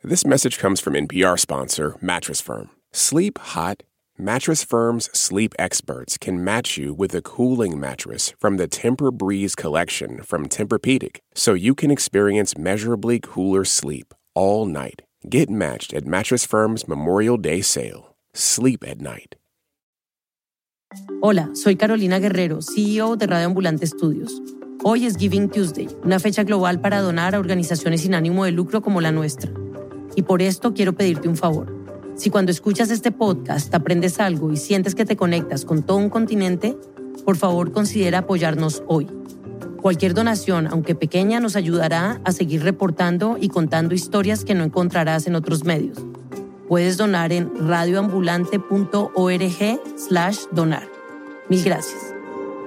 This message comes from NPR sponsor Mattress Firm. Sleep hot. Mattress Firm's sleep experts can match you with a cooling mattress from the Tempur-Breeze collection from Tempur-Pedic, so you can experience measurably cooler sleep all night. Get matched at Mattress Firm's Memorial Day sale. Sleep at night. Hola, soy Carolina Guerrero, CEO de Radio Ambulante Studios. Hoy es Giving Tuesday, una fecha global para donar a organizaciones sin ánimo de lucro como la nuestra. Y por esto quiero pedirte un favor. Si cuando escuchas este podcast aprendes algo y sientes que te conectas con todo un continente, por favor considera apoyarnos hoy. Cualquier donación, aunque pequeña, nos ayudará a seguir reportando y contando historias que no encontrarás en otros medios. Puedes donar en radioambulante.org/donar. Mil gracias.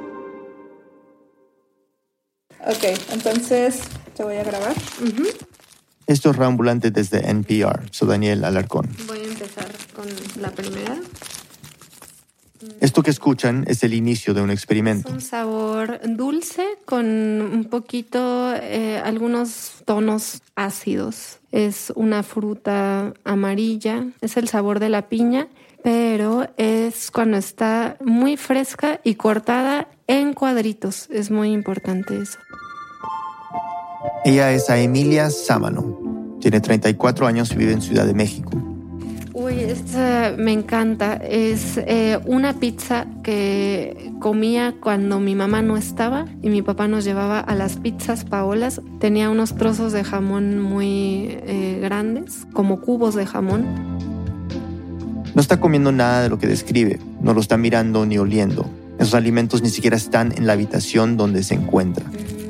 Ok, entonces te voy a grabar. Esto es Radio Ambulante desde NPR. Soy Daniel Alarcón. Voy a empezar con la primera. Esto que escuchan es el inicio de un experimento. Es un sabor dulce con un poquito, algunos tonos ácidos. Es una fruta amarilla. Es el sabor de la piña, pero es cuando está muy fresca y cortada en cuadritos. Es muy importante eso. Ella es Aemilia Sámano. Tiene 34 años y vive en Ciudad de México. Uy, esta me encanta. Es una pizza que comía cuando mi mamá no estaba y mi papá nos llevaba a las pizzas Paolas. Tenía unos trozos de jamón muy grandes, como cubos de jamón. No está comiendo nada de lo que describe. No lo está mirando ni oliendo. Esos alimentos ni siquiera están en la habitación donde se encuentra.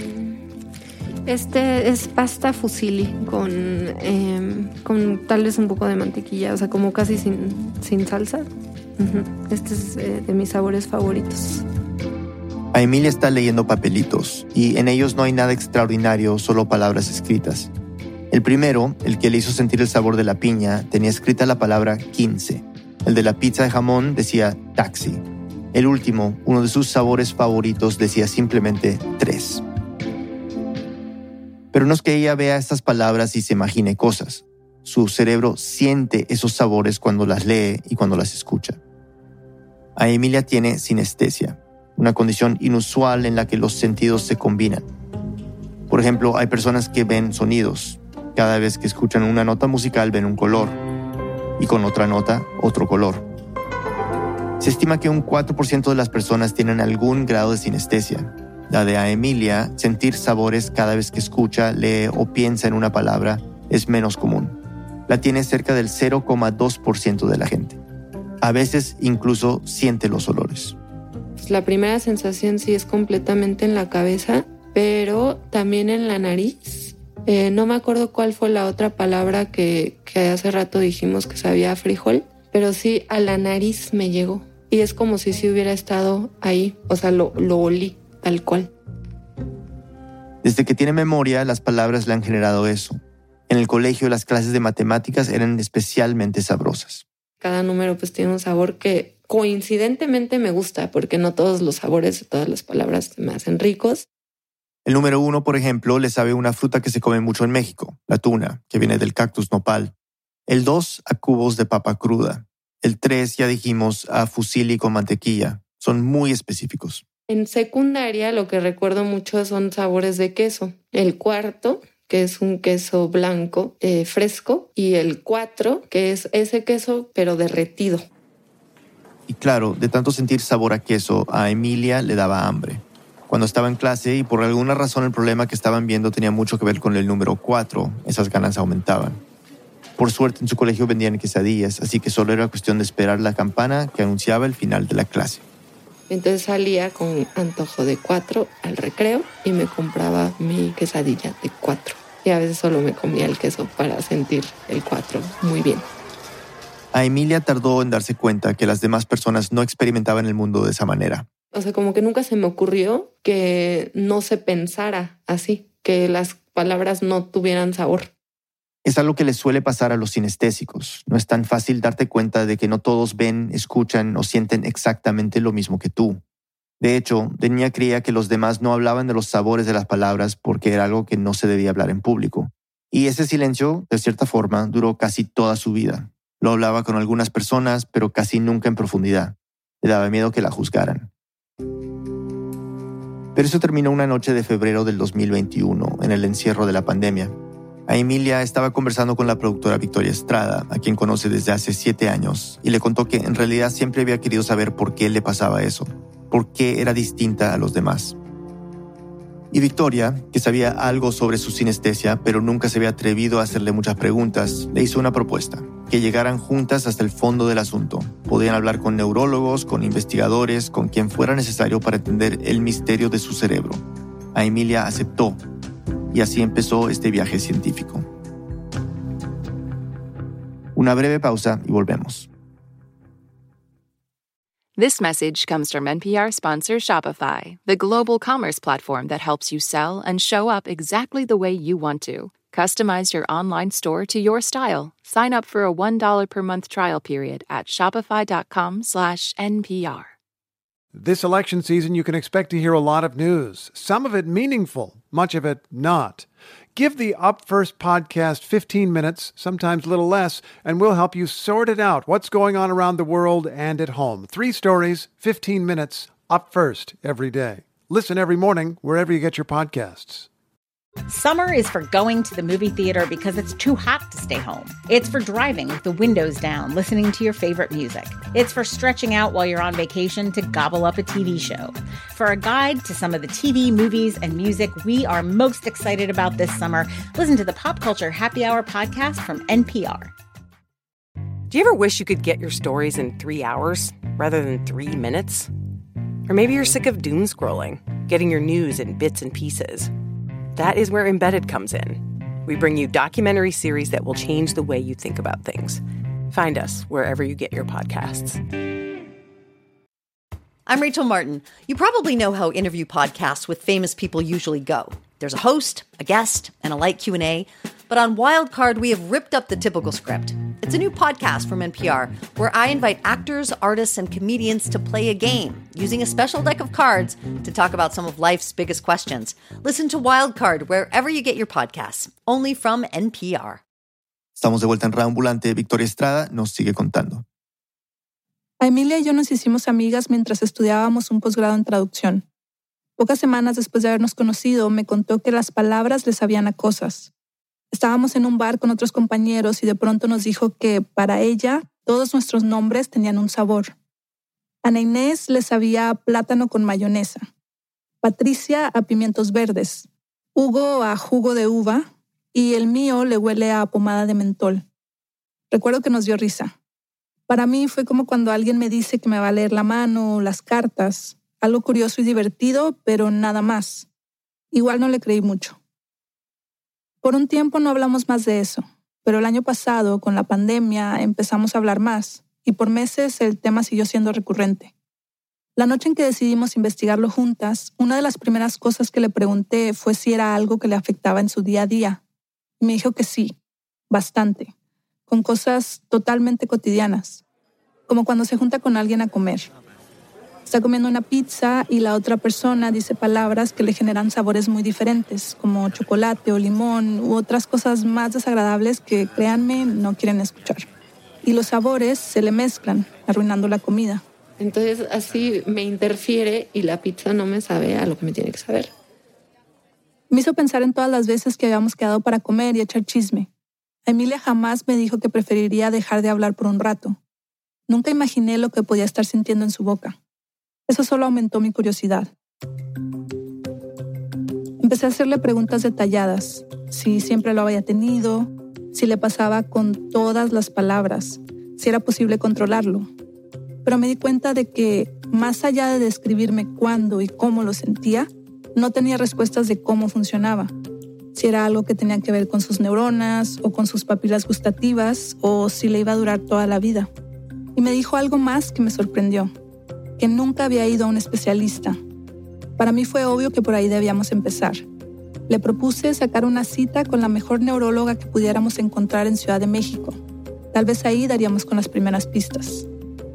Este es pasta fusilli con tal vez un poco de mantequilla, o sea, como casi sin salsa. Este es de mis sabores favoritos. Aemilia está leyendo papelitos y en ellos no hay nada extraordinario, solo palabras escritas. El primero, el que le hizo sentir el sabor de la piña, tenía escrita la palabra 15. El de la pizza de jamón decía taxi. El último, uno de sus sabores favoritos, decía simplemente 3. Pero no es que ella vea estas palabras y se imagine cosas. Su cerebro siente esos sabores cuando las lee y cuando las escucha. Aemilia tiene sinestesia, una condición inusual en la que los sentidos se combinan. Por ejemplo, hay personas que ven sonidos. Cada vez que escuchan una nota musical ven un color y con otra nota otro color. Se estima que un 4% de las personas tienen algún grado de sinestesia. La de Aemilia, sentir sabores cada vez que escucha, lee o piensa en una palabra, es menos común. La tiene cerca del 0,2% de la gente. A veces incluso siente los olores. La primera sensación sí es completamente en la cabeza, pero también en la nariz. No me acuerdo cuál fue la otra palabra que hace rato dijimos que sabía a frijol, pero sí a la nariz me llegó. Y es como si sí hubiera estado ahí, o sea, lo olí. Tal cual. Desde que tiene memoria, las palabras le han generado eso. En el colegio, las clases de matemáticas eran especialmente sabrosas. Cada número pues tiene un sabor que coincidentemente me gusta, porque no todos los sabores de todas las palabras me hacen ricos. El número 1, por ejemplo, le sabe una fruta que se come mucho en México, la tuna, que viene del cactus nopal. El 2, a cubos de papa cruda. El 3, ya dijimos, a fusilli con mantequilla. Son muy específicos. En secundaria lo que recuerdo mucho son sabores de queso. El 4, que es un queso blanco fresco, y el 4, que es ese queso pero derretido. Y claro, de tanto sentir sabor a queso, a Aemilia le daba hambre. Cuando estaba en clase y por alguna razón el problema que estaban viendo tenía mucho que ver con el número 4, esas ganas aumentaban. Por suerte en su colegio vendían quesadillas, así que solo era cuestión de esperar la campana que anunciaba el final de la clase. Entonces salía con antojo de 4 al recreo y me compraba mi quesadilla de 4. Y a veces solo me comía el queso para sentir el 4 muy bien. Aemilia tardó en darse cuenta que las demás personas no experimentaban el mundo de esa manera. O sea, como que nunca se me ocurrió que no se pensara así, que las palabras no tuvieran sabor. Es algo que les suele pasar a los sinestésicos. No es tan fácil darte cuenta de que no todos ven, escuchan o sienten exactamente lo mismo que tú. De hecho, de niña creía que los demás no hablaban de los sabores de las palabras porque era algo que no se debía hablar en público. Y ese silencio, de cierta forma, duró casi toda su vida. Lo hablaba con algunas personas, pero casi nunca en profundidad. Le daba miedo que la juzgaran. Pero eso terminó una noche de febrero del 2021, en el encierro de la pandemia. A Emilia estaba conversando con la productora Victoria Estrada, a quien conoce desde hace 7 años, y le contó que en realidad siempre había querido saber por qué le pasaba eso, por qué era distinta a los demás. Y Victoria, que sabía algo sobre su sinestesia, pero nunca se había atrevido a hacerle muchas preguntas, le hizo una propuesta: que llegaran juntas hasta el fondo del asunto. Podían hablar con neurólogos, con investigadores, con quien fuera necesario para entender el misterio de su cerebro. A Emilia aceptó, y así empezó este viaje científico. Una breve pausa y volvemos. This message comes from NPR sponsor Shopify, the global commerce platform that helps you sell and show up exactly the way you want to. Customize your online store to your style. Sign up for a $1 per month trial period at shopify.com/NPR. This election season, you can expect to hear a lot of news, some of it meaningful, much of it not. Give the Up First podcast 15 minutes, sometimes a little less, and we'll help you sort it out, what's going on around the world and at home. 3 stories, 15 minutes, Up First every day. Listen every morning wherever you get your podcasts. Summer is for going to the movie theater because it's too hot to stay home. It's for driving with the windows down, listening to your favorite music. It's for stretching out while you're on vacation to gobble up a TV show. For a guide to some of the TV, movies, and music we are most excited about this summer, listen to the Pop Culture Happy Hour podcast from NPR. Do you ever wish you could get your stories in 3 hours rather than 3 minutes? Or maybe you're sick of doom scrolling, getting your news in bits and pieces. That is where Embedded comes in. We bring you documentary series that will change the way you think about things. Find us wherever you get your podcasts. I'm Rachel Martin. You probably know how interview podcasts with famous people usually go. There's a host, a guest, and a light Q&A. But on Wildcard, we have ripped up the typical script. It's a new podcast from NPR where I invite actors, artists, and comedians to play a game using a special deck of cards to talk about some of life's biggest questions. Listen to Wildcard wherever you get your podcasts, only from NPR. Estamos de vuelta en Radio Ambulante. Victoria Estrada nos sigue contando. A Emilia y yo nos hicimos amigas mientras estudiábamos un posgrado en traducción. Pocas semanas después de habernos conocido, me contó que las palabras le sabían a cosas. Estábamos en un bar con otros compañeros y de pronto nos dijo que, para ella, todos nuestros nombres tenían un sabor. Ana Inés le sabía a plátano con mayonesa, Patricia a pimientos verdes, Hugo a jugo de uva y el mío le huele a pomada de mentol. Recuerdo que nos dio risa. Para mí fue como cuando alguien me dice que me va a leer la mano o las cartas, algo curioso y divertido, pero nada más. Igual no le creí mucho. Por un tiempo no hablamos más de eso, pero el año pasado, con la pandemia, empezamos a hablar más, y por meses el tema siguió siendo recurrente. La noche en que decidimos investigarlo juntas, una de las primeras cosas que le pregunté fue si era algo que le afectaba en su día a día. Y me dijo que sí, bastante, con cosas totalmente cotidianas, como cuando se junta con alguien a comer. Está comiendo una pizza y la otra persona dice palabras que le generan sabores muy diferentes, como chocolate o limón u otras cosas más desagradables que, créanme, no quieren escuchar. Y los sabores se le mezclan, arruinando la comida. Entonces así me interfiere y la pizza no me sabe a lo que me tiene que saber. Me hizo pensar en todas las veces que habíamos quedado para comer y echar chisme. Emilia jamás me dijo que preferiría dejar de hablar por un rato. Nunca imaginé lo que podía estar sintiendo en su boca. Eso solo aumentó mi curiosidad. Empecé a hacerle preguntas detalladas, si siempre lo había tenido, si le pasaba con todas las palabras, si era posible controlarlo. Pero me di cuenta de que, más allá de describirme cuándo y cómo lo sentía, no tenía respuestas de cómo funcionaba. Si era algo que tenía que ver con sus neuronas o con sus papilas gustativas, o si le iba a durar toda la vida. Y me dijo algo más que me sorprendió, que nunca había ido a un especialista. Para mí fue obvio que por ahí debíamos empezar. Le propuse sacar una cita con la mejor neuróloga que pudiéramos encontrar en Ciudad de México. Tal vez ahí daríamos con las primeras pistas.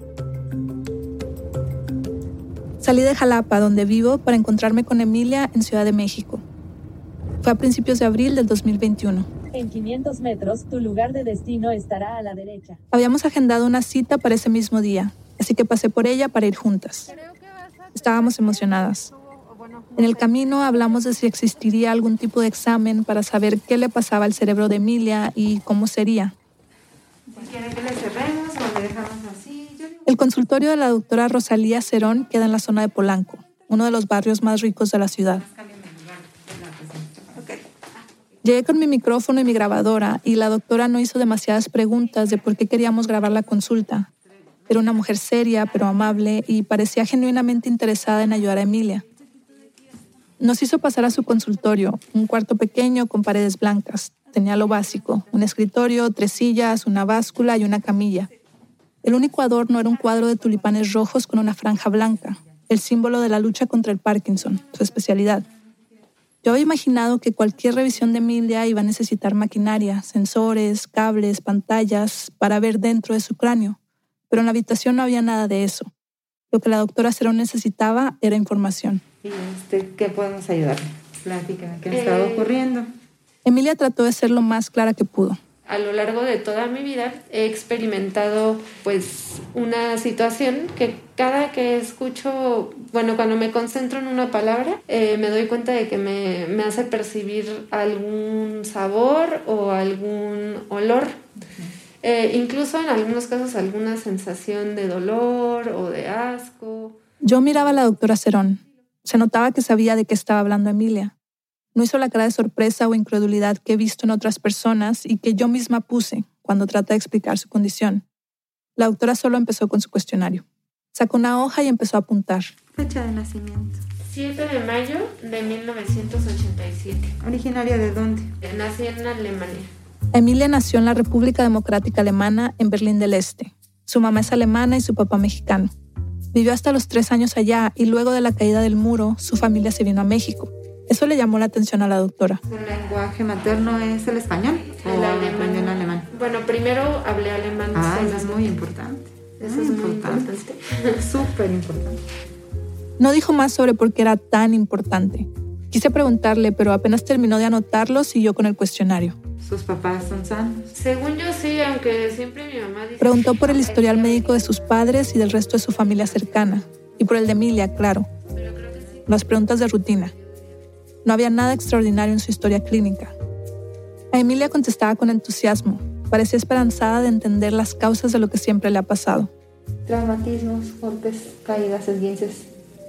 Salí de Jalapa, donde vivo, para encontrarme con Emilia en Ciudad de México. Fue a principios de abril del 2021. En 500 metros, tu lugar de destino estará a la derecha. Habíamos agendado una cita para ese mismo día, así que pasé por ella para ir juntas. Estábamos emocionadas. En el camino hablamos de si existiría algún tipo de examen para saber qué le pasaba al cerebro de Emilia y cómo sería. Si quieren que le cerremos o le dejamos así. El consultorio de la doctora Rosalía Cerón queda en la zona de Polanco, uno de los barrios más ricos de la ciudad. Llegué con mi micrófono y mi grabadora y la doctora no hizo demasiadas preguntas de por qué queríamos grabar la consulta. Era una mujer seria pero amable y parecía genuinamente interesada en ayudar a Emilia. Nos hizo pasar a su consultorio, un cuarto pequeño con paredes blancas. Tenía lo básico, un escritorio, 3 sillas, una báscula y una camilla. El único adorno era un cuadro de tulipanes rojos con una franja blanca, el símbolo de la lucha contra el Parkinson, su especialidad. Yo había imaginado que cualquier revisión de Emilia iba a necesitar maquinaria, sensores, cables, pantallas, para ver dentro de su cráneo, pero en la habitación no había nada de eso. Lo que la doctora Cerón necesitaba era información. ¿Y qué podemos ayudarle? Platíqueme, ¿qué le estaba ocurriendo? Emilia trató de ser lo más clara que pudo. A lo largo de toda mi vida he experimentado una situación que cada que escucho, cuando me concentro en una palabra, me doy cuenta de que me hace percibir algún sabor o algún olor. Incluso en algunos casos alguna sensación de dolor o de asco. Yo miraba a la doctora Cerón. Se notaba que sabía de qué estaba hablando Emilia. No hizo la cara de sorpresa o incredulidad que he visto en otras personas y que yo misma puse cuando trata de explicar su condición. La doctora solo empezó con su cuestionario. Sacó una hoja y empezó a apuntar. Fecha de nacimiento. 7 de mayo de 1987. ¿Originaria de dónde? Nací en Alemania. Emilia nació en la República Democrática Alemana, en Berlín del Este. Su mamá es alemana y su papá mexicano. Vivió hasta los 3 años allá y luego de la caída del muro, su familia se vino a México. Eso le llamó la atención a la doctora. ¿Su lenguaje materno es el español? El alemán. Bueno, primero hablé alemán. Eso es muy importante. Eso es muy importante. Súper importante. No dijo más sobre por qué era tan importante. Quise preguntarle, pero apenas terminó de anotarlo, siguió con el cuestionario. ¿Sus papás son sanos? Según yo sí, aunque siempre mi mamá dice... Preguntó por el historial médico de sus padres y del resto de su familia cercana. Y por el de Emilia, claro. Las preguntas de rutina. No había nada extraordinario en su historia clínica. A Emilia contestaba con entusiasmo. Parecía esperanzada de entender las causas de lo que siempre le ha pasado. Traumatismos, golpes, caídas, esguinces.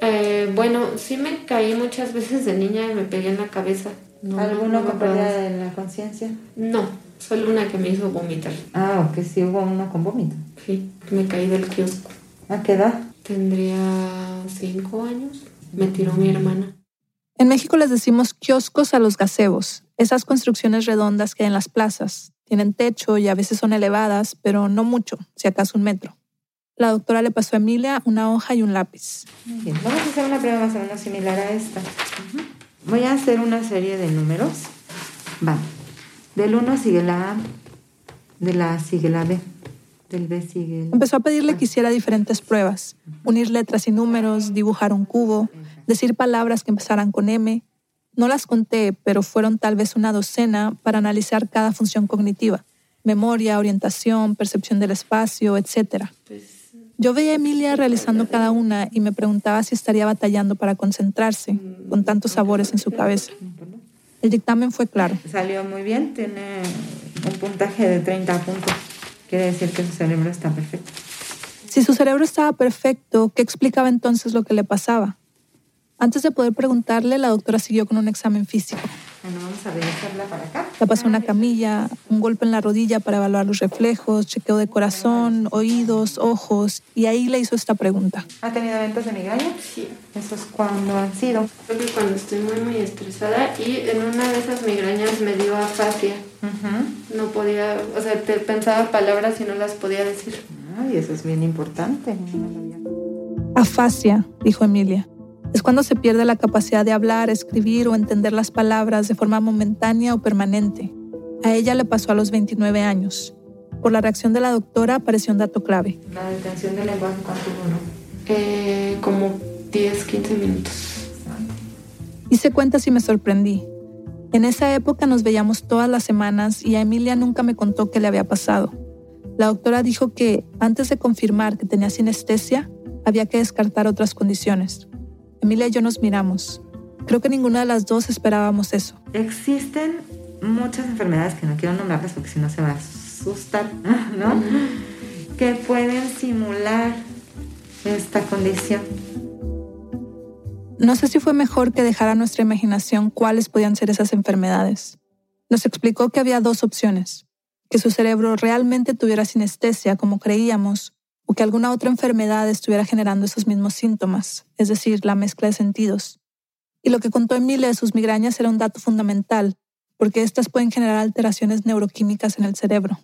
Sí me caí muchas veces de niña y me pegué en la cabeza. ¿Alguno con pérdida de la conciencia? No, solo una que me hizo vomitar. Ok, sí hubo uno con vómito. Sí, me caí del kiosco. ¿A qué edad? Tendría 5 años. Me tiró mi hermana. En México les decimos kioscos a los gazebos, esas construcciones redondas que hay en las plazas. Tienen techo y a veces son elevadas, pero no mucho, si acaso 1 metro. La doctora le pasó a Emilia una hoja y un lápiz. Muy bien, vamos a hacer una prueba más o menos similar a esta. Voy a hacer una serie de números. Va. Del 1 sigue la A, de la A sigue la B, del B sigue el... Empezó a pedirle que hiciera diferentes pruebas. Unir letras y números, dibujar un cubo, decir palabras que empezaran con M. No las conté, pero fueron tal vez 1 docena para analizar cada función cognitiva. Memoria, orientación, percepción del espacio, etc. Yo veía a Emilia realizando cada una y me preguntaba si estaría batallando para concentrarse, con tantos sabores en su cabeza. El dictamen fue claro. Salió muy bien, tiene un puntaje de 30 puntos. Quiere decir que su cerebro está perfecto. Si su cerebro estaba perfecto, ¿qué explicaba entonces lo que le pasaba? Antes de poder preguntarle, la doctora siguió con un examen físico. Bueno, vamos a regresarla para acá. La pasó una camilla, un golpe en la rodilla para evaluar los reflejos, chequeo de corazón, oídos, ojos, y ahí le hizo esta pregunta. ¿Ha tenido eventos de migraña? Sí. ¿Esos cuándo han sido? Creo que cuando estoy muy estresada y en una de esas migrañas me dio afasia. No podía, pensaba palabras y no las podía decir. Ay, eso es bien importante. Afasia, dijo Emilia. Es cuando se pierde la capacidad de hablar, escribir o entender las palabras de forma momentánea o permanente. A ella le pasó a los 29 años. Por la reacción de la doctora apareció un dato clave. La detención del lenguaje, ¿cuánto duró? Como 10, 15 minutos. Hice cuentas y me sorprendí. En esa época nos veíamos todas las semanas y a Emilia nunca me contó qué le había pasado. La doctora dijo que, antes de confirmar que tenía sinestesia, había que descartar otras condiciones. Emilia y yo nos miramos. Creo que ninguna de las dos esperábamos eso. Existen muchas enfermedades que no quiero nombrarlas porque si no se va a asustar, ¿no? Que pueden simular esta condición. No sé si fue mejor que dejar a nuestra imaginación cuáles podían ser esas enfermedades. Nos explicó que había dos opciones: que su cerebro realmente tuviera sinestesia, como creíamos, o que alguna otra enfermedad estuviera generando esos mismos síntomas, es decir, la mezcla de sentidos. Y lo que contó Emilia de sus migrañas era un dato fundamental, porque estas pueden generar alteraciones neuroquímicas en el cerebro.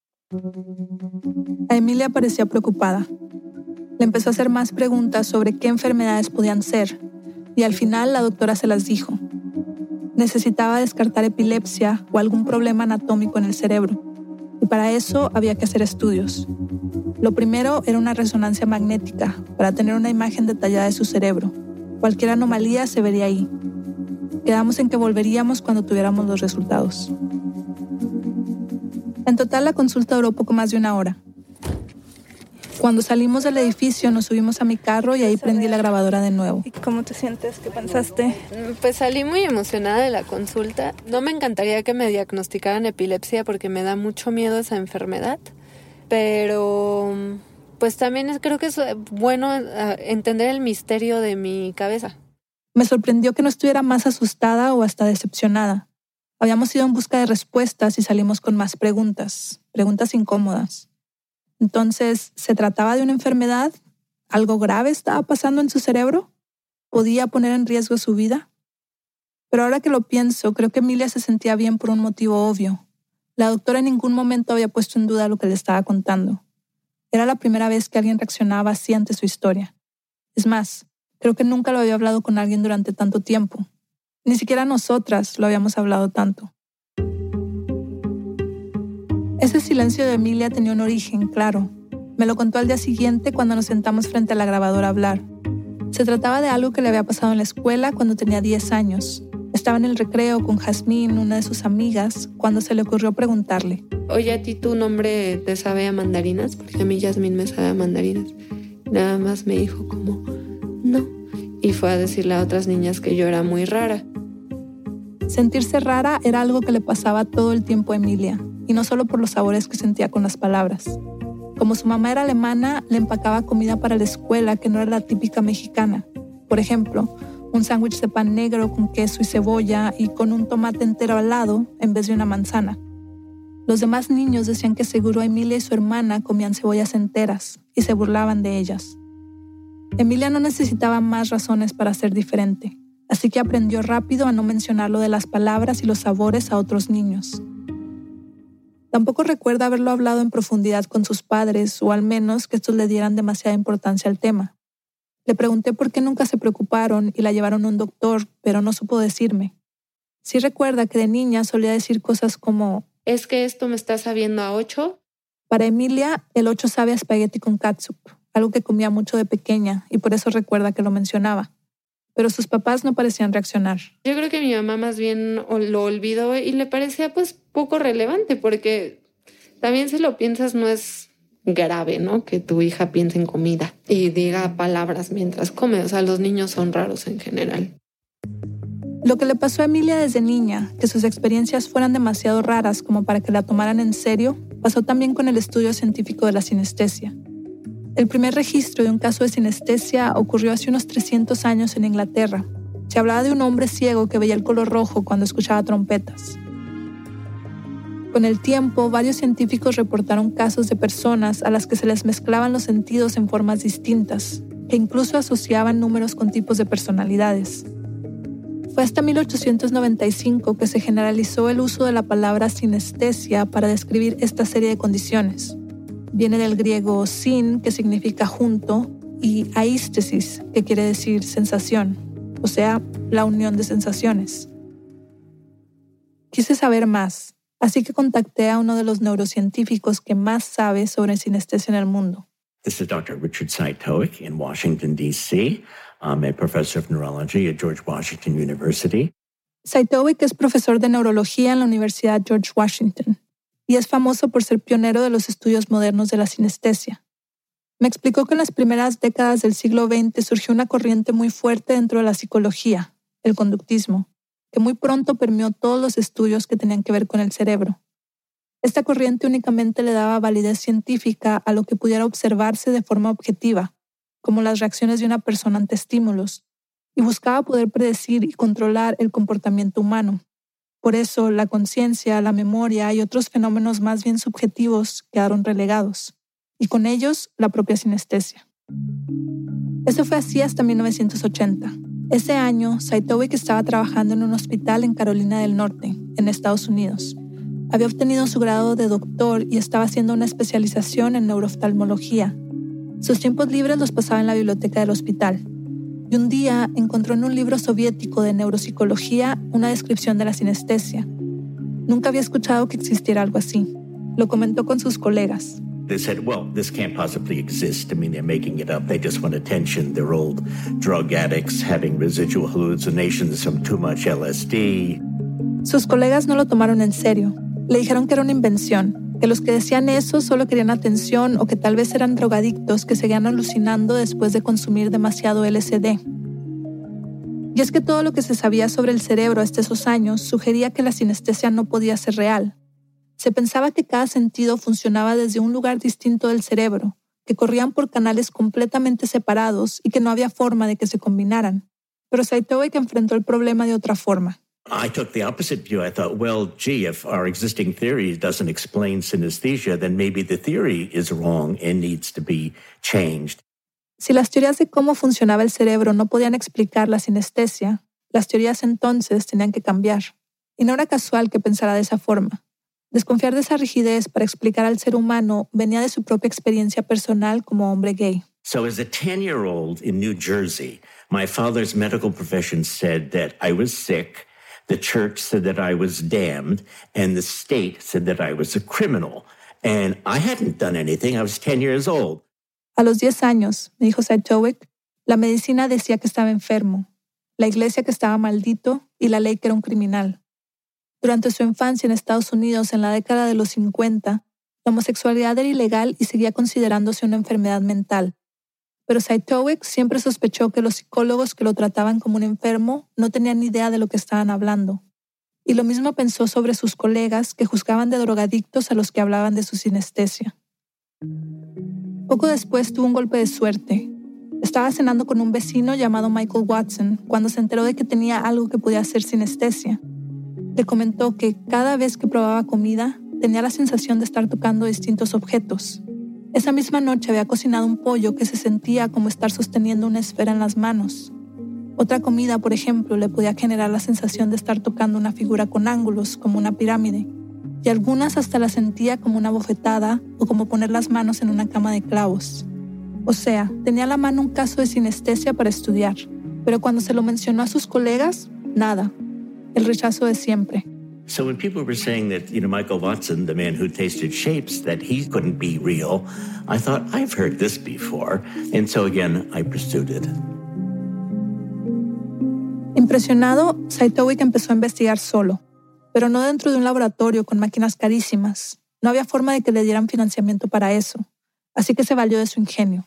A Emilia parecía preocupada. Le empezó a hacer más preguntas sobre qué enfermedades podían ser, y al final la doctora se las dijo. Necesitaba descartar epilepsia o algún problema anatómico en el cerebro, y para eso había que hacer estudios. Lo primero era una resonancia magnética para tener una imagen detallada de su cerebro. Cualquier anomalía se vería ahí. Quedamos en que volveríamos cuando tuviéramos los resultados. En total, la consulta duró poco más de 1 hora. Cuando salimos del edificio, nos subimos a mi carro y ahí prendí la grabadora de nuevo. ¿Y cómo te sientes? ¿Qué pensaste? Pues salí muy emocionada de la consulta. No me encantaría que me diagnosticaran epilepsia porque me da mucho miedo esa enfermedad. Pero pues también creo que es bueno entender el misterio de mi cabeza. Me sorprendió que no estuviera más asustada o hasta decepcionada. Habíamos ido en busca de respuestas y salimos con más preguntas incómodas. Entonces, ¿se trataba de una enfermedad? ¿Algo grave estaba pasando en su cerebro? ¿Podía poner en riesgo su vida? Pero ahora que lo pienso, creo que Emilia se sentía bien por un motivo obvio. La doctora en ningún momento había puesto en duda lo que le estaba contando. Era la primera vez que alguien reaccionaba así ante su historia. Es más, creo que nunca lo había hablado con alguien durante tanto tiempo. Ni siquiera nosotras lo habíamos hablado tanto. Ese silencio de Emilia tenía un origen, claro. Me lo contó al día siguiente cuando nos sentamos frente a la grabadora a hablar. Se trataba de algo que le había pasado en la escuela cuando tenía 10 años. Estaba en el recreo con Jazmín, una de sus amigas, cuando se le ocurrió preguntarle: Oye, ¿a ti tu nombre te sabe a mandarinas? Porque a mí Jazmín me sabe a mandarinas. Nada más me dijo como, no. Y fue a decirle a otras niñas que yo era muy rara. Sentirse rara era algo que le pasaba todo el tiempo a Emilia, y no solo por los sabores que sentía con las palabras. Como su mamá era alemana, le empacaba comida para la escuela que no era la típica mexicana. Por ejemplo, un sándwich de pan negro con queso y cebolla y con un tomate entero al lado en vez de una manzana. Los demás niños decían que seguro Emilia y su hermana comían cebollas enteras y se burlaban de ellas. Emilia no necesitaba más razones para ser diferente, así que aprendió rápido a no mencionar lo de las palabras y los sabores a otros niños. Tampoco recuerda haberlo hablado en profundidad con sus padres, o al menos que estos le dieran demasiada importancia al tema. Le pregunté por qué nunca se preocuparon y la llevaron a un doctor, pero no supo decirme. Sí recuerda que de niña solía decir cosas como: ¿es que esto me está sabiendo a 8? Para Emilia, el 8 sabe a espagueti con catsup, algo que comía mucho de pequeña, y por eso recuerda que lo mencionaba. Pero sus papás no parecían reaccionar. Yo creo que mi mamá más bien lo olvidó y le parecía pues poco relevante, porque también si lo piensas no es grave, ¿no? Que tu hija piense en comida y diga palabras mientras come. O sea, los niños son raros en general. Lo que le pasó a Emilia desde niña, que sus experiencias fueran demasiado raras como para que la tomaran en serio, pasó también con el estudio científico de la sinestesia. El primer registro de un caso de sinestesia ocurrió hace unos 300 años en Inglaterra. Se hablaba de un hombre ciego que veía el color rojo cuando escuchaba trompetas. Con el tiempo, varios científicos reportaron casos de personas a las que se les mezclaban los sentidos en formas distintas, que incluso asociaban números con tipos de personalidades. Fue hasta 1895 que se generalizó el uso de la palabra sinestesia para describir esta serie de condiciones. Viene del griego sin, que significa junto, y aístesis, que quiere decir sensación, o sea, la unión de sensaciones. Quise saber más, así que contacté a uno de los neurocientíficos que más sabe sobre sinestesia en el mundo. This is Dr. Richard Saitowic in Washington, D.C. I'm a professor of neurology at George Washington University. Sajtovic es profesor de neurología en la Universidad George Washington y es famoso por ser pionero de los estudios modernos de la sinestesia. Me explicó que en las primeras décadas del siglo XX surgió una corriente muy fuerte dentro de la psicología, el conductismo, que muy pronto permeó todos los estudios que tenían que ver con el cerebro. Esta corriente únicamente le daba validez científica a lo que pudiera observarse de forma objetiva, como las reacciones de una persona ante estímulos, y buscaba poder predecir y controlar el comportamiento humano. Por eso, la conciencia, la memoria y otros fenómenos más bien subjetivos quedaron relegados, y con ellos la propia sinestesia. Eso fue así hasta 1980. Ese año, Sajtovic estaba trabajando en un hospital en Carolina del Norte, en Estados Unidos. Había obtenido su grado de doctor y estaba haciendo una especialización en neurooftalmología. Sus tiempos libres los pasaba en la biblioteca del hospital. Y un día encontró en un libro soviético de neuropsicología una descripción de la sinestesia. Nunca había escuchado que existiera algo así. Lo comentó con sus colegas. They said, well, this can't possibly exist. I mean, they're making it up. They just want attention. They're old drug addicts having residual hallucinations from too much LSD. Sus colegas no lo tomaron en serio. Le dijeron que era una invención, que los que decían eso solo querían atención o que tal vez eran drogadictos que seguían alucinando después de consumir demasiado LSD. Y es que todo lo que se sabía sobre el cerebro hasta esos años sugería que la sinestesia no podía ser real. Se pensaba que cada sentido funcionaba desde un lugar distinto del cerebro, que corrían por canales completamente separados y que no había forma de que se combinaran. Pero Sajtovic enfrentó el problema de otra forma. I took the opposite view. I thought, well, gee, if our existing theory doesn't explain synesthesia, then maybe the theory is wrong and needs to be changed. Si las teorías de cómo funcionaba el cerebro no podían explicar la sinestesia, las teorías entonces tenían que cambiar. Y no era casual que pensara de esa forma. Desconfiar de esa rigidez para explicar al ser humano venía de su propia experiencia personal como hombre gay. So as a 10-year-old in New Jersey, my father's medical profession said that I was sick. The church said that I was damned, and the state said that I was a criminal. And I hadn't done anything. I was 10 years old. A los 10 años, me dijo Sajtovic, la medicina decía que estaba enfermo, la iglesia que estaba maldito y la ley que era un criminal. Durante su infancia en Estados Unidos, en la década de los 50, la homosexualidad era ilegal y seguía considerándose una enfermedad mental. Pero Sajtovic siempre sospechó que los psicólogos que lo trataban como un enfermo no tenían ni idea de lo que estaban hablando. Y lo mismo pensó sobre sus colegas que juzgaban de drogadictos a los que hablaban de su sinestesia. Poco después tuvo un golpe de suerte. Estaba cenando con un vecino llamado Michael Watson cuando se enteró de que tenía algo que podía hacer sinestesia. Le comentó que cada vez que probaba comida tenía la sensación de estar tocando distintos objetos. Esa misma noche había cocinado un pollo que se sentía como estar sosteniendo una esfera en las manos. Otra comida, por ejemplo, le podía generar la sensación de estar tocando una figura con ángulos, como una pirámide. Y algunas hasta la sentía como una bofetada o como poner las manos en una cama de clavos. O sea, tenía a la mano un caso de sinestesia para estudiar. Pero cuando se lo mencionó a sus colegas, nada. El rechazo de siempre. So when people were saying that, Michael Watson, the man who tasted shapes, that he couldn't be real, I thought, I've heard this before. And so again, I pursued it. Impresionado, Sajtovic empezó a investigar solo, pero no dentro de un laboratorio con máquinas carísimas. No había forma de que le dieran financiamiento para eso, así que se valió de su ingenio.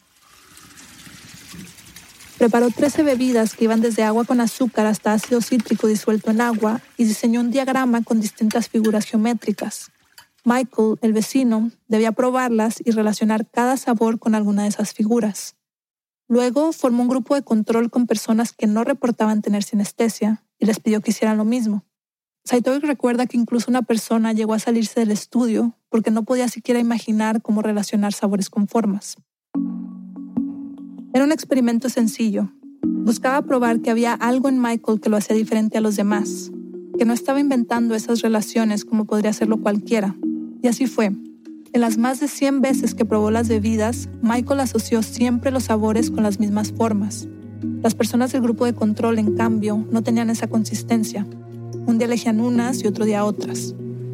Preparó 13 bebidas que iban desde agua con azúcar hasta ácido cítrico disuelto en agua y diseñó un diagrama con distintas figuras geométricas. Michael, el vecino, debía probarlas y relacionar cada sabor con alguna de esas figuras. Luego formó un grupo de control con personas que no reportaban tener sinestesia y les pidió que hicieran lo mismo. Sajtovic recuerda que incluso una persona llegó a salirse del estudio porque no podía siquiera imaginar cómo relacionar sabores con formas. Era un experimento sencillo. Buscaba probar que había algo en Michael que lo hacía diferente a los demás, que no estaba inventando esas relaciones como podría hacerlo cualquiera. Y así fue. En las más de 100 veces que probó las bebidas, Michael asoció siempre los sabores con las mismas formas. Las personas del grupo de control, en cambio, no tenían esa consistencia. Un día elegían unas y otro día otras.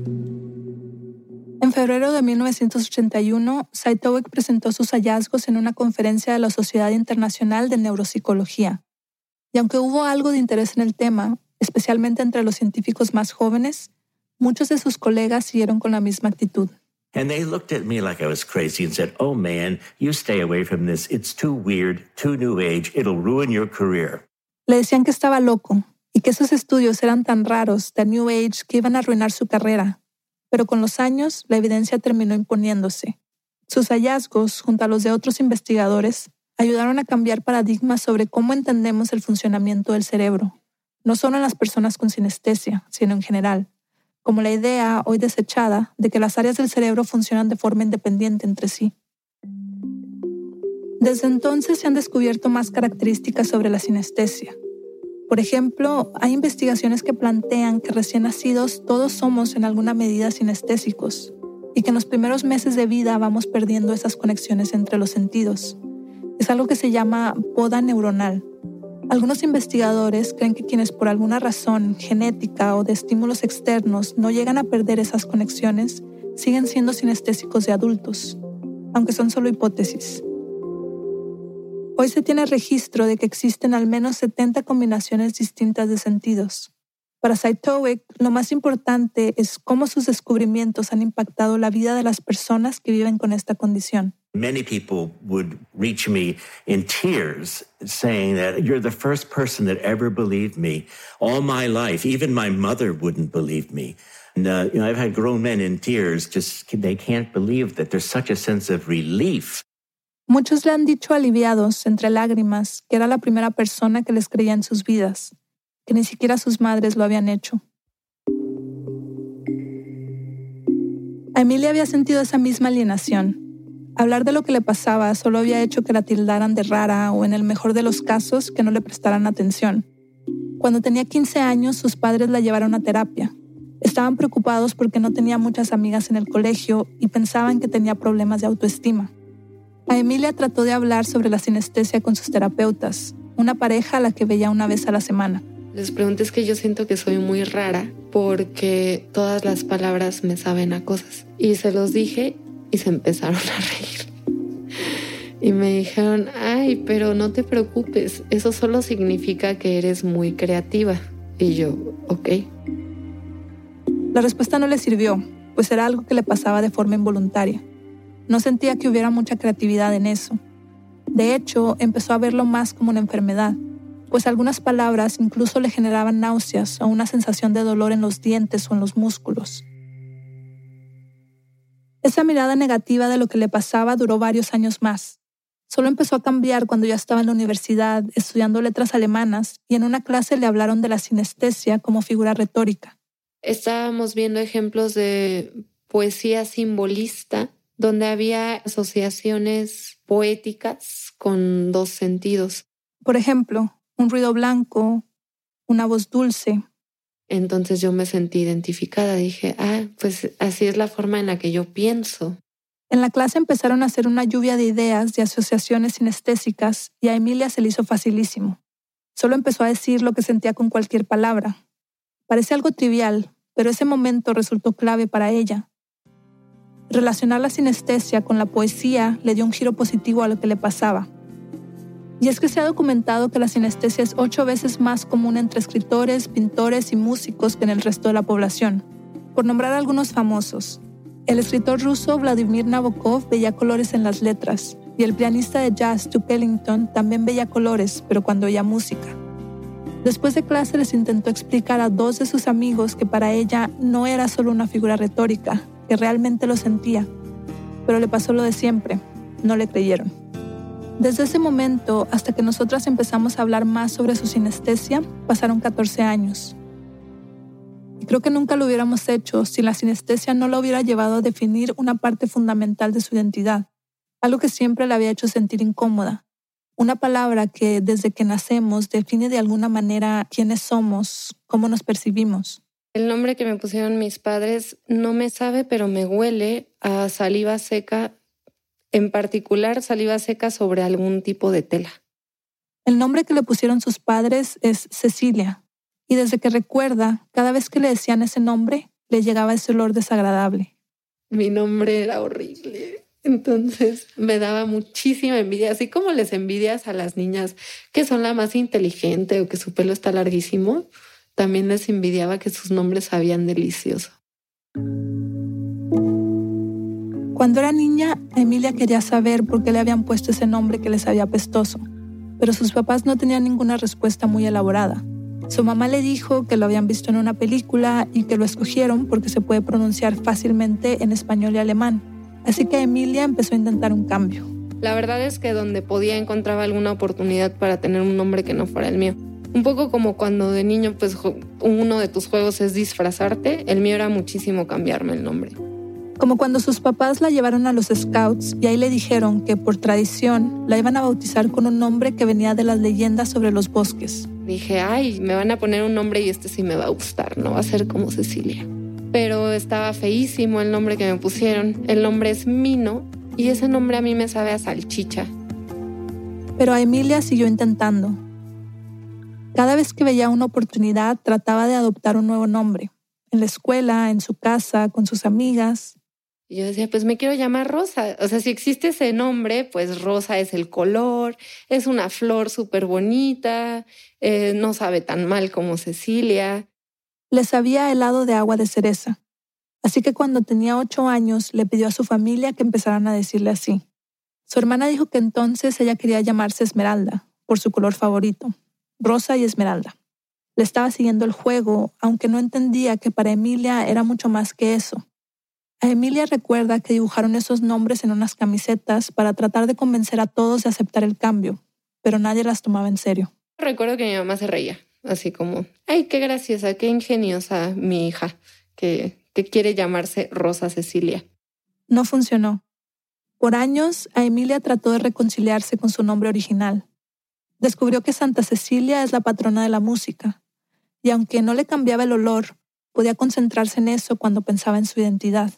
En febrero de 1981, Sajtovic presentó sus hallazgos en una conferencia de la Sociedad Internacional de Neuropsicología. Y aunque hubo algo de interés en el tema, especialmente entre los científicos más jóvenes, muchos de sus colegas siguieron con la misma actitud. And they looked at me like I was crazy and said, "Oh man, you stay away from this. It's too weird, too new age. It'll ruin your career." Le decían que estaba loco y que esos estudios eran tan raros, tan New Age, que iban a arruinar su carrera. Pero con los años, la evidencia terminó imponiéndose. Sus hallazgos, junto a los de otros investigadores, ayudaron a cambiar paradigmas sobre cómo entendemos el funcionamiento del cerebro, no solo en las personas con sinestesia, sino en general, como la idea, hoy desechada, de que las áreas del cerebro funcionan de forma independiente entre sí. Desde entonces se han descubierto más características sobre la sinestesia. Por ejemplo, hay investigaciones que plantean que recién nacidos todos somos en alguna medida sinestésicos y que en los primeros meses de vida vamos perdiendo esas conexiones entre los sentidos. Es algo que se llama poda neuronal. Algunos investigadores creen que quienes por alguna razón genética o de estímulos externos no llegan a perder esas conexiones siguen siendo sinestésicos de adultos, aunque son solo hipótesis. Hoy se tiene registro de que existen al menos 70 combinaciones distintas de sentidos. Para Cytowick, lo más importante es cómo sus descubrimientos han impactado la vida de las personas que viven con esta condición. Many people would reach me in tears saying that you're the first person that ever believed me all my life. Even my mother wouldn't believe me. And I've had grown men in tears, they can't believe that there's such a sense of relief. Muchos le han dicho aliviados, entre lágrimas, que era la primera persona que les creía en sus vidas, que ni siquiera sus madres lo habían hecho. A Emilia había sentido esa misma alienación. Hablar de lo que le pasaba solo había hecho que la tildaran de rara o, en el mejor de los casos, que no le prestaran atención. Cuando tenía 15 años, sus padres la llevaron a terapia. Estaban preocupados porque no tenía muchas amigas en el colegio y pensaban que tenía problemas de autoestima. A Emilia trató de hablar sobre la sinestesia con sus terapeutas, una pareja a la que veía una vez a la semana. Les pregunté, es que yo siento que soy muy rara porque todas las palabras me saben a cosas. Y se los dije y se empezaron a reír. Y me dijeron, ay, pero no te preocupes, eso solo significa que eres muy creativa. Y yo, ok. La respuesta no le sirvió, pues era algo que le pasaba de forma involuntaria. No sentía que hubiera mucha creatividad en eso. De hecho, empezó a verlo más como una enfermedad, pues algunas palabras incluso le generaban náuseas o una sensación de dolor en los dientes o en los músculos. Esa mirada negativa de lo que le pasaba duró varios años más. Solo empezó a cambiar cuando ya estaba en la universidad estudiando letras alemanas y en una clase le hablaron de la sinestesia como figura retórica. Estábamos viendo ejemplos de poesía simbolista donde había asociaciones poéticas con dos sentidos. Por ejemplo, un ruido blanco, una voz dulce. Entonces yo me sentí identificada. Dije, pues así es la forma en la que yo pienso. En la clase empezaron a hacer una lluvia de ideas de asociaciones sinestésicas y a Emilia se le hizo facilísimo. Solo empezó a decir lo que sentía con cualquier palabra. Parece algo trivial, pero ese momento resultó clave para ella. Relacionar la sinestesia con la poesía le dio un giro positivo a lo que le pasaba. Y es que se ha documentado que la sinestesia es 8 veces más común entre escritores, pintores y músicos que en el resto de la población. Por nombrar algunos famosos, el escritor ruso Vladimir Nabokov veía colores en las letras, y el pianista de jazz Duke Ellington también veía colores, pero cuando oía música. Después de clase les intentó explicar a 2 de sus amigos que para ella no era solo una figura retórica, que realmente lo sentía, pero le pasó lo de siempre, no le creyeron. Desde ese momento hasta que nosotras empezamos a hablar más sobre su sinestesia, pasaron 14 años. Y creo que nunca lo hubiéramos hecho si la sinestesia no la hubiera llevado a definir una parte fundamental de su identidad, algo que siempre la había hecho sentir incómoda, una palabra que desde que nacemos define de alguna manera quiénes somos, cómo nos percibimos. El nombre que me pusieron mis padres no me sabe, pero me huele a saliva seca, en particular saliva seca sobre algún tipo de tela. El nombre que le pusieron sus padres es Cecilia, y desde que recuerda, cada vez que le decían ese nombre, le llegaba ese olor desagradable. Mi nombre era horrible, entonces me daba muchísima envidia, así como les envidias a las niñas que son la más inteligente o que su pelo está larguísimo. también les envidiaba que sus nombres sabían delicioso. Cuando era niña, Emilia quería saber por qué le habían puesto ese nombre que le sabía apestoso, pero sus papás no tenían ninguna respuesta muy elaborada. Su mamá le dijo que lo habían visto en una película y que lo escogieron porque se puede pronunciar fácilmente en español y alemán. Así que Emilia empezó a intentar un cambio. La verdad es que donde podía encontraba alguna oportunidad para tener un nombre que no fuera el mío. Un poco como cuando de niño pues uno de tus juegos es disfrazarte, el mío era muchísimo cambiarme el nombre. Como cuando sus papás la llevaron a los Scouts y ahí le dijeron que por tradición la iban a bautizar con un nombre que venía de las leyendas sobre los bosques. Dije, ay, me van a poner un nombre y este sí me va a gustar, no va a ser como Cecilia. Pero estaba feísimo el nombre que me pusieron. El nombre es Mino y ese nombre a mí me sabe a salchicha. Pero a Emilia siguió intentando. Cada vez que veía una oportunidad trataba de adoptar un nuevo nombre. En la escuela, en su casa, con sus amigas. Y yo decía, pues me quiero llamar Rosa. O sea, si existe ese nombre, pues Rosa es el color, es una flor súper bonita, no sabe tan mal como Cecilia. Le sabía helado de agua de cereza. Así que cuando tenía 8 años, le pidió a su familia que empezaran a decirle así. Su hermana dijo que entonces ella quería llamarse Esmeralda, por su color favorito, rosa y esmeralda. Le estaba siguiendo el juego, aunque no entendía que para Emilia era mucho más que eso. A Emilia recuerda que dibujaron esos nombres en unas camisetas para tratar de convencer a todos de aceptar el cambio, pero nadie las tomaba en serio. Recuerdo que mi mamá se reía, así como, ay, qué graciosa, qué ingeniosa mi hija, que quiere llamarse Rosa Cecilia. No funcionó. Por años, a Emilia trató de reconciliarse con su nombre original. Descubrió que Santa Cecilia es la patrona de la música, y aunque no le cambiaba el olor, podía concentrarse en eso cuando pensaba en su identidad.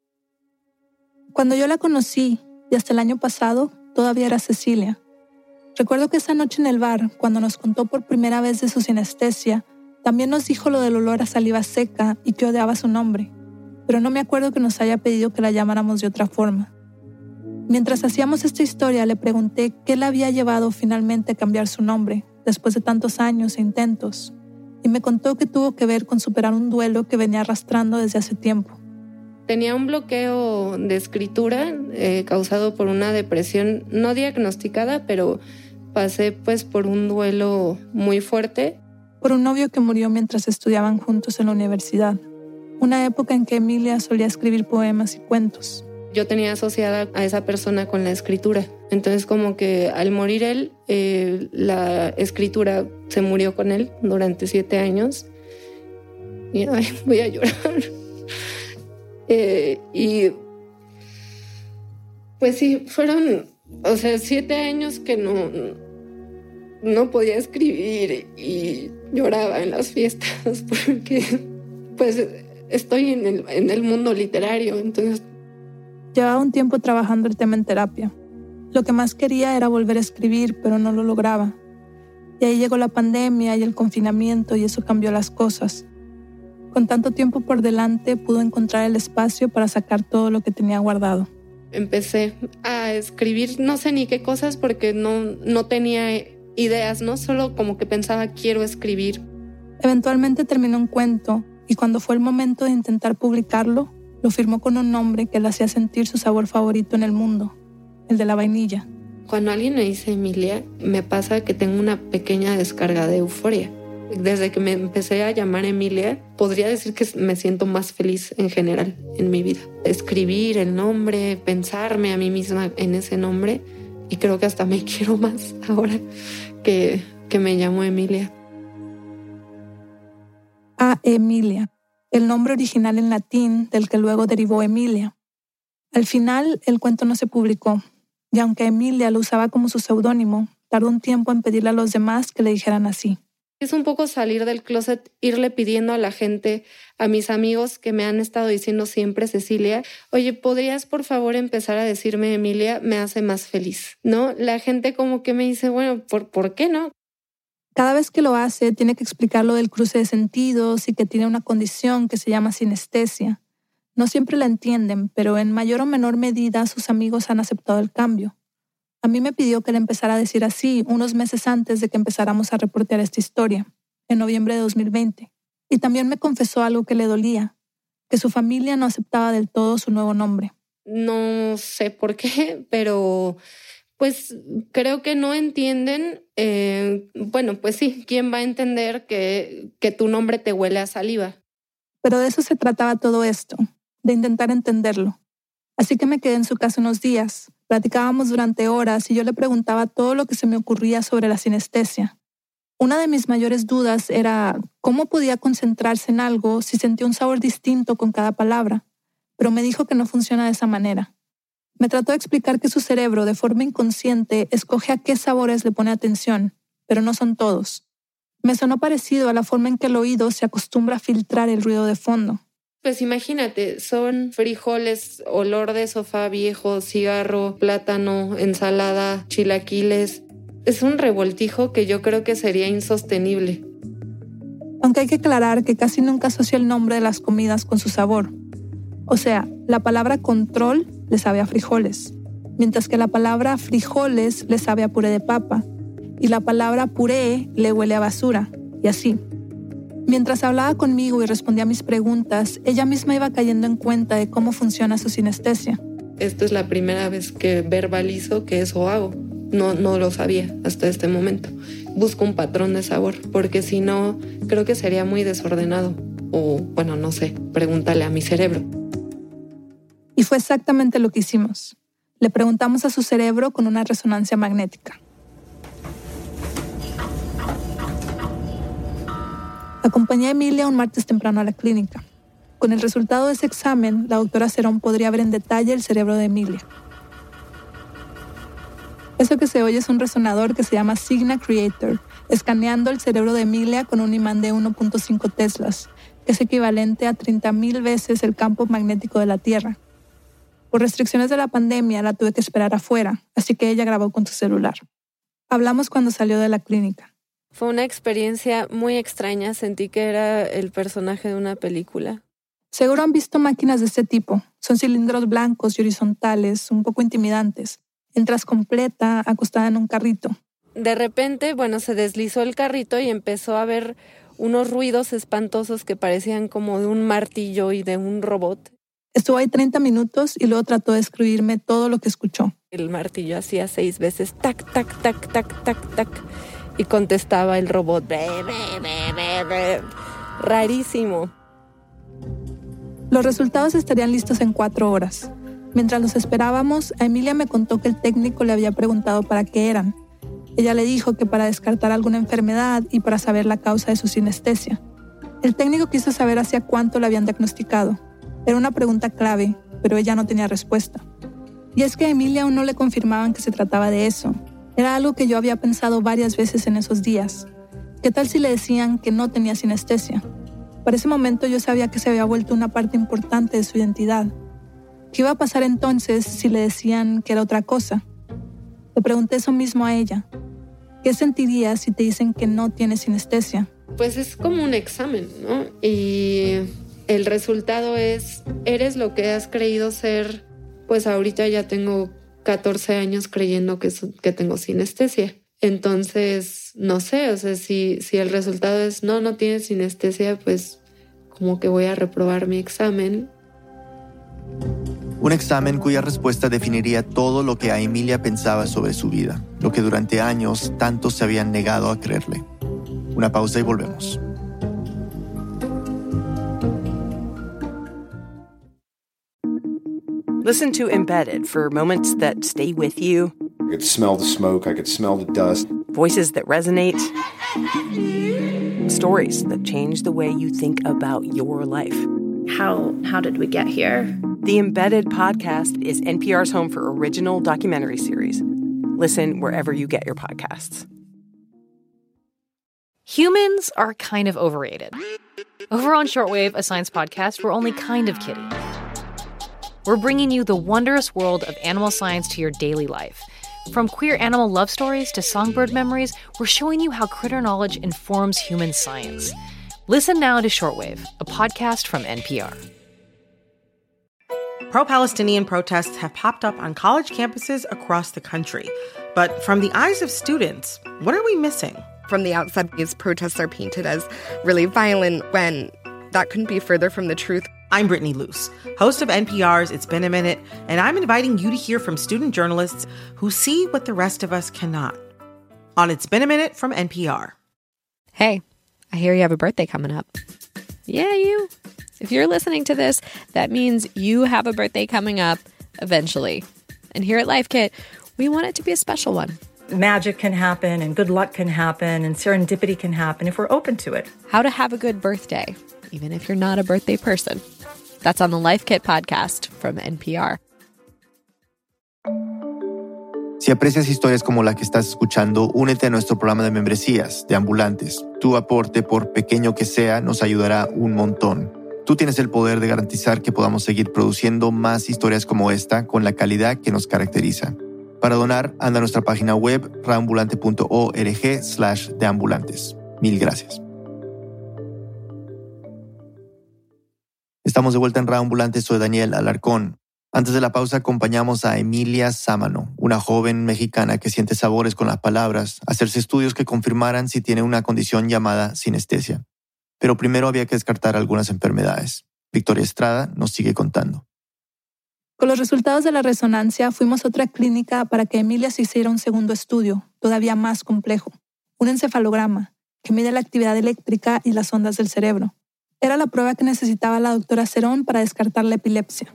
Cuando yo la conocí, y hasta el año pasado, todavía era Cecilia. Recuerdo que esa noche en el bar, cuando nos contó por primera vez de su sinestesia, también nos dijo lo del olor a saliva seca y que odiaba su nombre, pero no me acuerdo que nos haya pedido que la llamáramos de otra forma. Mientras hacíamos esta historia, le pregunté qué la había llevado finalmente a cambiar su nombre, después de tantos años e intentos, y me contó que tuvo que ver con superar un duelo que venía arrastrando desde hace tiempo. Tenía un bloqueo de escritura causado por una depresión no diagnosticada, pero pasé pues por un duelo muy fuerte. Por un novio que murió mientras estudiaban juntos en la universidad, una época en que Emilia solía escribir poemas y cuentos. Yo tenía asociada a esa persona con la escritura, entonces como que al morir él, la escritura se murió con él durante 7 años. Y ay, voy a llorar. Y pues sí, fueron, 7 años que no podía escribir y lloraba en las fiestas porque pues estoy en el mundo literario, entonces. Llevaba un tiempo trabajando el tema en terapia. Lo que más quería era volver a escribir, pero no lo lograba. Y ahí llegó la pandemia y el confinamiento y eso cambió las cosas. Con tanto tiempo por delante, pudo encontrar el espacio para sacar todo lo que tenía guardado. Empecé a escribir no sé ni qué cosas porque no tenía ideas, ¿no? Solo como que pensaba, quiero escribir. Eventualmente terminó un cuento y cuando fue el momento de intentar publicarlo, lo firmó con un nombre que le hacía sentir su sabor favorito en el mundo, el de la vainilla. Cuando alguien me dice Emilia, me pasa que tengo una pequeña descarga de euforia. Desde que me empecé a llamar Emilia, podría decir que me siento más feliz en general en mi vida. Escribir el nombre, pensarme a mí misma en ese nombre, y creo que hasta me quiero más ahora que me llamo Emilia. A Emilia, el nombre original en latín del que luego derivó Emilia. Al final, el cuento no se publicó, y aunque Emilia lo usaba como su seudónimo, tardó un tiempo en pedirle a los demás que le dijeran así. Es un poco salir del closet, irle pidiendo a la gente, a mis amigos que me han estado diciendo siempre Cecilia, oye, ¿podrías por favor empezar a decirme Emilia? Me hace más feliz, ¿no? La gente como que me dice, bueno, ¿por qué no? Cada vez que lo hace, tiene que explicar lo del cruce de sentidos y que tiene una condición que se llama sinestesia. No siempre la entienden, pero en mayor o menor medida sus amigos han aceptado el cambio. A mí me pidió que le empezara a decir así unos meses antes de que empezáramos a reportear esta historia. en noviembre de 2020. Y también me confesó algo que le dolía, que su familia no aceptaba del todo su nuevo nombre. No sé por qué, pero pues creo que no entienden. Bueno, pues sí, ¿quién va a entender que tu nombre te huele a saliva? Pero de eso se trataba todo esto, de intentar entenderlo. Así que me quedé en su casa unos días. Platicábamos durante horas y yo le preguntaba todo lo que se me ocurría sobre la sinestesia. Una de mis mayores dudas era cómo podía concentrarse en algo si sentía un sabor distinto con cada palabra, pero me dijo que no funciona de esa manera. Me trató de explicar que su cerebro, de forma inconsciente, escoge a qué sabores le pone atención, pero no son todos. Me sonó parecido a la forma en que el oído se acostumbra a filtrar el ruido de fondo. Pues imagínate, son frijoles, olor de sofá viejo, cigarro, plátano, ensalada, chilaquiles. Es un revoltijo que yo creo que sería insostenible. Aunque hay que aclarar que casi nunca asocio el nombre de las comidas con su sabor. O sea, la palabra control le sabe a frijoles, mientras que la palabra frijoles le sabe a puré de papa, y la palabra puré le huele a basura, y así. Mientras hablaba conmigo y respondía a mis preguntas, ella misma iba cayendo en cuenta de cómo funciona su sinestesia. Esto es la primera vez que verbalizo que eso hago. No lo sabía hasta este momento. Busco un patrón de sabor, porque si no, creo que sería muy desordenado. O, bueno, no sé, pregúntale a mi cerebro. Y fue exactamente lo que hicimos. Le preguntamos a su cerebro con una resonancia magnética. Acompañé a Emilia un martes temprano a la clínica. Con el resultado de ese examen, la doctora Cerón podría ver en detalle el cerebro de Emilia. Eso que se oye es un resonador que se llama Signa Creator, escaneando el cerebro de Emilia con un imán de 1.5 teslas, que es equivalente a 30,000 veces el campo magnético de la Tierra. Por restricciones de la pandemia, la tuve que esperar afuera, así que ella grabó con su celular. Hablamos cuando salió de la clínica. Fue una experiencia muy extraña, sentí que era el personaje de una película. Seguro han visto máquinas de este tipo. Son cilindros blancos y horizontales, un poco intimidantes. Entras completa, acostada en un carrito. De repente, se deslizó el carrito y empezó a haber unos ruidos espantosos que parecían como de un martillo y de un robot. Estuvo ahí 30 minutos y luego trató de escribirme todo lo que escuchó. El martillo hacía 6 veces tac, tac, tac, tac, tac, tac. Y contestaba el robot. Rarísimo. Los resultados estarían listos en 4 horas. Mientras los esperábamos, a Emilia me contó que el técnico le había preguntado para qué eran. Ella le dijo que para descartar alguna enfermedad y para saber la causa de su sinestesia. El técnico quiso saber hacia cuánto la habían diagnosticado. Era una pregunta clave, pero ella no tenía respuesta. Y es que a Emilia aún no le confirmaban que se trataba de eso. Era algo que yo había pensado varias veces en esos días. ¿Qué tal si le decían que no tenía sinestesia? Para ese momento yo sabía que se había vuelto una parte importante de su identidad. ¿Qué iba a pasar entonces si le decían que era otra cosa? Le pregunté eso mismo a ella. ¿Qué sentirías si te dicen que no tienes sinestesia? Pues es como un examen, ¿no? Y el resultado es, eres lo que has creído ser. Pues ahorita ya tengo 14 años creyendo que tengo sinestesia. Entonces, no sé, o sea, si el resultado es no tienes sinestesia, pues como que voy a reprobar mi examen. Un examen cuya respuesta definiría todo lo que a Emilia pensaba sobre su vida, lo que durante años tantos se habían negado a creerle. Una pausa y volvemos. Listen to Embedded for moments that stay with you. I could smell the smoke, I could smell the dust. Voices that resonate. Stories that change the way you think about your life. How did we get here? The Embedded podcast is NPR's home for original documentary series. Listen wherever you get your podcasts. Humans are kind of overrated. Over on Shortwave, a science podcast, we're only kind of kidding. We're bringing you the wondrous world of animal science to your daily life. From queer animal love stories to songbird memories, we're showing you how critter knowledge informs human science. Listen now to Shortwave, a podcast from NPR. Pro-Palestinian protests have popped up on college campuses across the country. But from the eyes of students, what are we missing? From the outside, these protests are painted as really violent when that couldn't be further from the truth. I'm Brittany Luce, host of NPR's It's Been a Minute, and I'm inviting you to hear from student journalists who see what the rest of us cannot. On It's Been a Minute from NPR. Hey, I hear you have a birthday coming up. Yeah, you. If you're listening to this, that means you have a birthday coming up eventually. And here at Life Kit, we want it to be a special one. Magic can happen and good luck can happen and serendipity can happen if we're open to it. How to have a good birthday, even if you're not a birthday person. That's on the Life Kit podcast from NPR. Si aprecias historias como la que estás escuchando, únete a nuestro programa de membresías de Ambulantes. Tu aporte, por pequeño que sea, nos ayudará un montón. Tú tienes el poder de garantizar que podamos seguir produciendo más historias como esta con la calidad que nos caracteriza. Para donar, anda a nuestra página web radioambulante.org/deambulantes. Mil gracias. Estamos de vuelta en Radioambulante, soy Daniel Alarcón. Antes de la pausa acompañamos a Emilia Sámano, una joven mexicana que siente sabores con las palabras, a hacerse estudios que confirmaran si tiene una condición llamada sinestesia. Pero primero había que descartar algunas enfermedades. Victoria Estrada nos sigue contando. Con los resultados de la resonancia fuimos a otra clínica para que Emilia se hiciera un segundo estudio, todavía más complejo, un encefalograma, que mide la actividad eléctrica y las ondas del cerebro. Era la prueba que necesitaba la doctora Cerón para descartar la epilepsia.